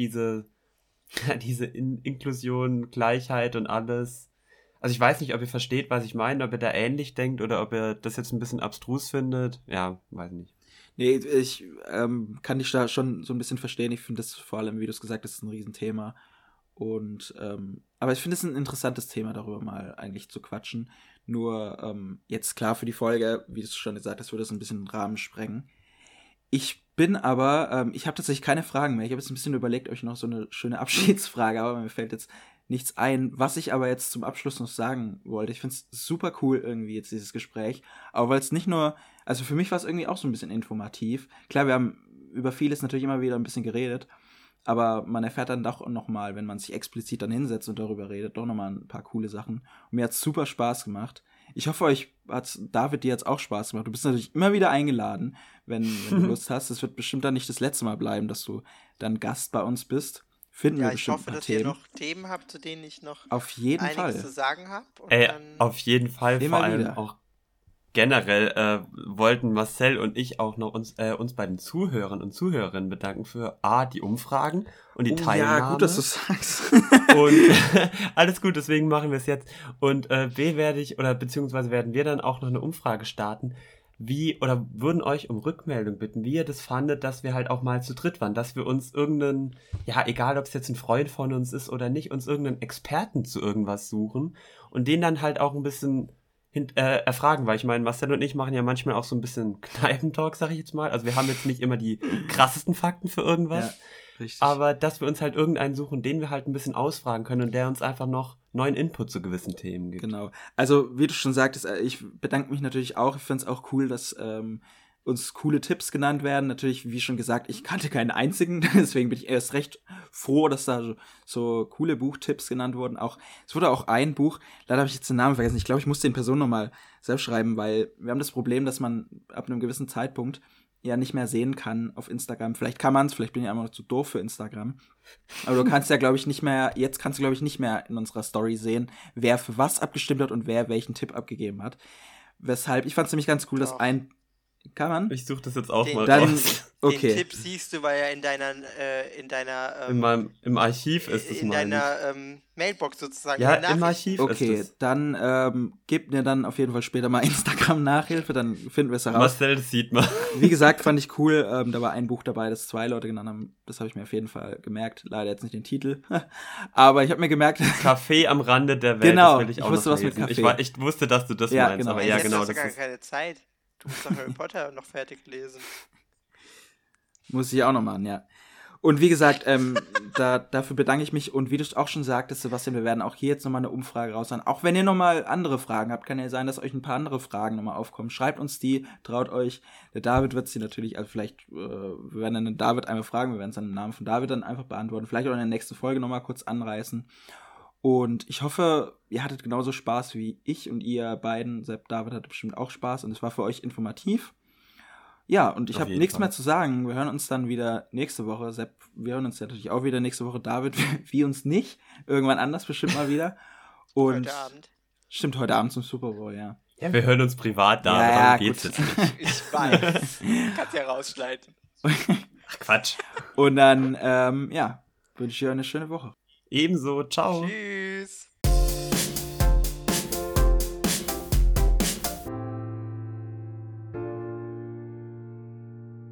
diese Inklusion, Gleichheit und alles. Also ich weiß nicht, ob ihr versteht, was ich meine, ob ihr da ähnlich denkt oder ob ihr das jetzt ein bisschen abstrus findet. Ja, weiß nicht. Nee, ich kann dich da schon so ein bisschen verstehen. Ich finde das vor allem, wie du es gesagt hast, ein Riesenthema. Und aber ich finde es ein interessantes Thema, darüber mal eigentlich zu quatschen. Nur jetzt klar für die Folge, wie du es schon gesagt hast, würde es ein bisschen den Rahmen sprengen. Ich bin aber, ich habe tatsächlich keine Fragen mehr. Ich habe jetzt ein bisschen überlegt, euch noch so eine schöne Abschiedsfrage, aber mir fällt jetzt nichts ein. Was ich aber jetzt zum Abschluss noch sagen wollte, ich finde es super cool irgendwie jetzt dieses Gespräch, aber weil es nicht nur, also für mich war es irgendwie auch so ein bisschen informativ. Klar, wir haben über vieles natürlich immer wieder ein bisschen geredet, aber man erfährt dann doch nochmal, wenn man sich explizit dann hinsetzt und darüber redet, doch nochmal ein paar coole Sachen. Und mir hat es super Spaß gemacht. Ich hoffe, euch hat David dir jetzt auch Spaß gemacht. Du bist natürlich immer wieder eingeladen, wenn du Lust hast. Es wird bestimmt dann nicht das letzte Mal bleiben, dass du dann Gast bei uns bist. Finden wir Ja, ich bestimmt ein hoffe, paar dass ihr Themen. noch Themen habt, zu denen ich noch Auf jeden einiges zu Fall. sagen habe. Und Ey, dann, auf jeden Fall, vor Immer allem wieder. auch generell wollten Marcel und ich auch noch uns bei den Zuhörern und Zuhörerinnen bedanken für A, die Umfragen und die Oh ja, gut, dass du Teilnahme. sagst. Und alles gut, deswegen machen wir es jetzt. Und B werde ich, oder beziehungsweise werden wir dann auch noch eine Umfrage starten, wie, oder würden euch um Rückmeldung bitten, wie ihr das fandet, dass wir halt auch mal zu dritt waren, dass wir uns irgendeinen, ja, egal ob es jetzt ein Freund von uns ist oder nicht, uns irgendeinen Experten zu irgendwas suchen und den dann halt auch ein bisschen erfragen, weil ich meine, Marcel und ich machen ja manchmal auch so ein bisschen Kneipentalk, sag ich jetzt mal. Also wir haben jetzt nicht immer die krassesten Fakten für irgendwas. Ja, richtig. Aber dass wir uns halt irgendeinen suchen, den wir halt ein bisschen ausfragen können und der uns einfach noch neuen Input zu gewissen Themen gibt. Genau. Also, wie du schon sagtest, ich bedanke mich natürlich auch. Ich finde es auch cool, dass uns coole Tipps genannt werden. Natürlich, wie schon gesagt, ich kannte keinen einzigen, deswegen bin ich erst recht froh, dass da so coole Buchtipps genannt wurden. Es wurde auch ein Buch, leider habe ich jetzt den Namen vergessen, ich glaube, ich muss den Person nochmal selbst schreiben, weil wir haben das Problem, dass man ab einem gewissen Zeitpunkt ja nicht mehr sehen kann auf Instagram. Vielleicht kann man es, vielleicht bin ich einfach noch zu doof für Instagram. Aber du kannst ja, glaube ich, nicht mehr in unserer Story sehen, wer für was abgestimmt hat und wer welchen Tipp abgegeben hat. Weshalb, ich fand es nämlich ganz cool, dass kann man? Ich suche das jetzt auch mal raus. Okay. Den Tipp siehst du, weil er in deiner im Archiv ist es, in deiner Mailbox sozusagen. Ja, im Archiv okay, ist es. Dann gebt mir dann auf jeden Fall später mal Instagram-Nachhilfe, dann finden wir es heraus. Marcel, das sieht man. Wie gesagt, fand ich cool, da war ein Buch dabei, das 2 Leute genannt haben, das habe ich mir auf jeden Fall gemerkt, leider jetzt nicht den Titel, aber ich habe mir gemerkt... Café am Rande der Welt, genau, das will ich auch wusste noch was mit lesen. Kaffee. Ich wusste, dass du das ja, meinst, genau. aber ja, genau. Du hast gar keine Zeit. Du musst doch Harry Potter noch fertig lesen. Muss ich auch noch machen, ja. Und wie gesagt, dafür bedanke ich mich. Und wie du es auch schon sagtest, Sebastian, wir werden auch hier jetzt nochmal eine Umfrage raushauen. Auch wenn ihr nochmal andere Fragen habt, kann ja sein, dass euch ein paar andere Fragen nochmal aufkommen. Schreibt uns die, traut euch. Der David wird sie natürlich, also vielleicht, wir werden dann den David einmal fragen, wir werden es dann im Namen von David dann einfach beantworten. Vielleicht auch in der nächsten Folge nochmal kurz anreißen. Und ich hoffe, ihr hattet genauso Spaß wie ich und ihr beiden. Sepp, David hatte bestimmt auch Spaß und es war für euch informativ. Ja, und ich habe nichts mehr zu sagen. Wir hören uns dann wieder nächste Woche. Sepp, wir hören uns natürlich auch wieder nächste Woche. David, wie uns nicht. Irgendwann anders bestimmt mal wieder. Und heute Abend. Stimmt, heute Abend zum Super Bowl, ja. Ja, wir hören uns privat da, ja, darum geht's jetzt nicht. Ich weiß. Kannst ja rausschneiden. Ach, Quatsch. Und dann, wünsche ich euch eine schöne Woche. Ebenso, ciao. Tschüss.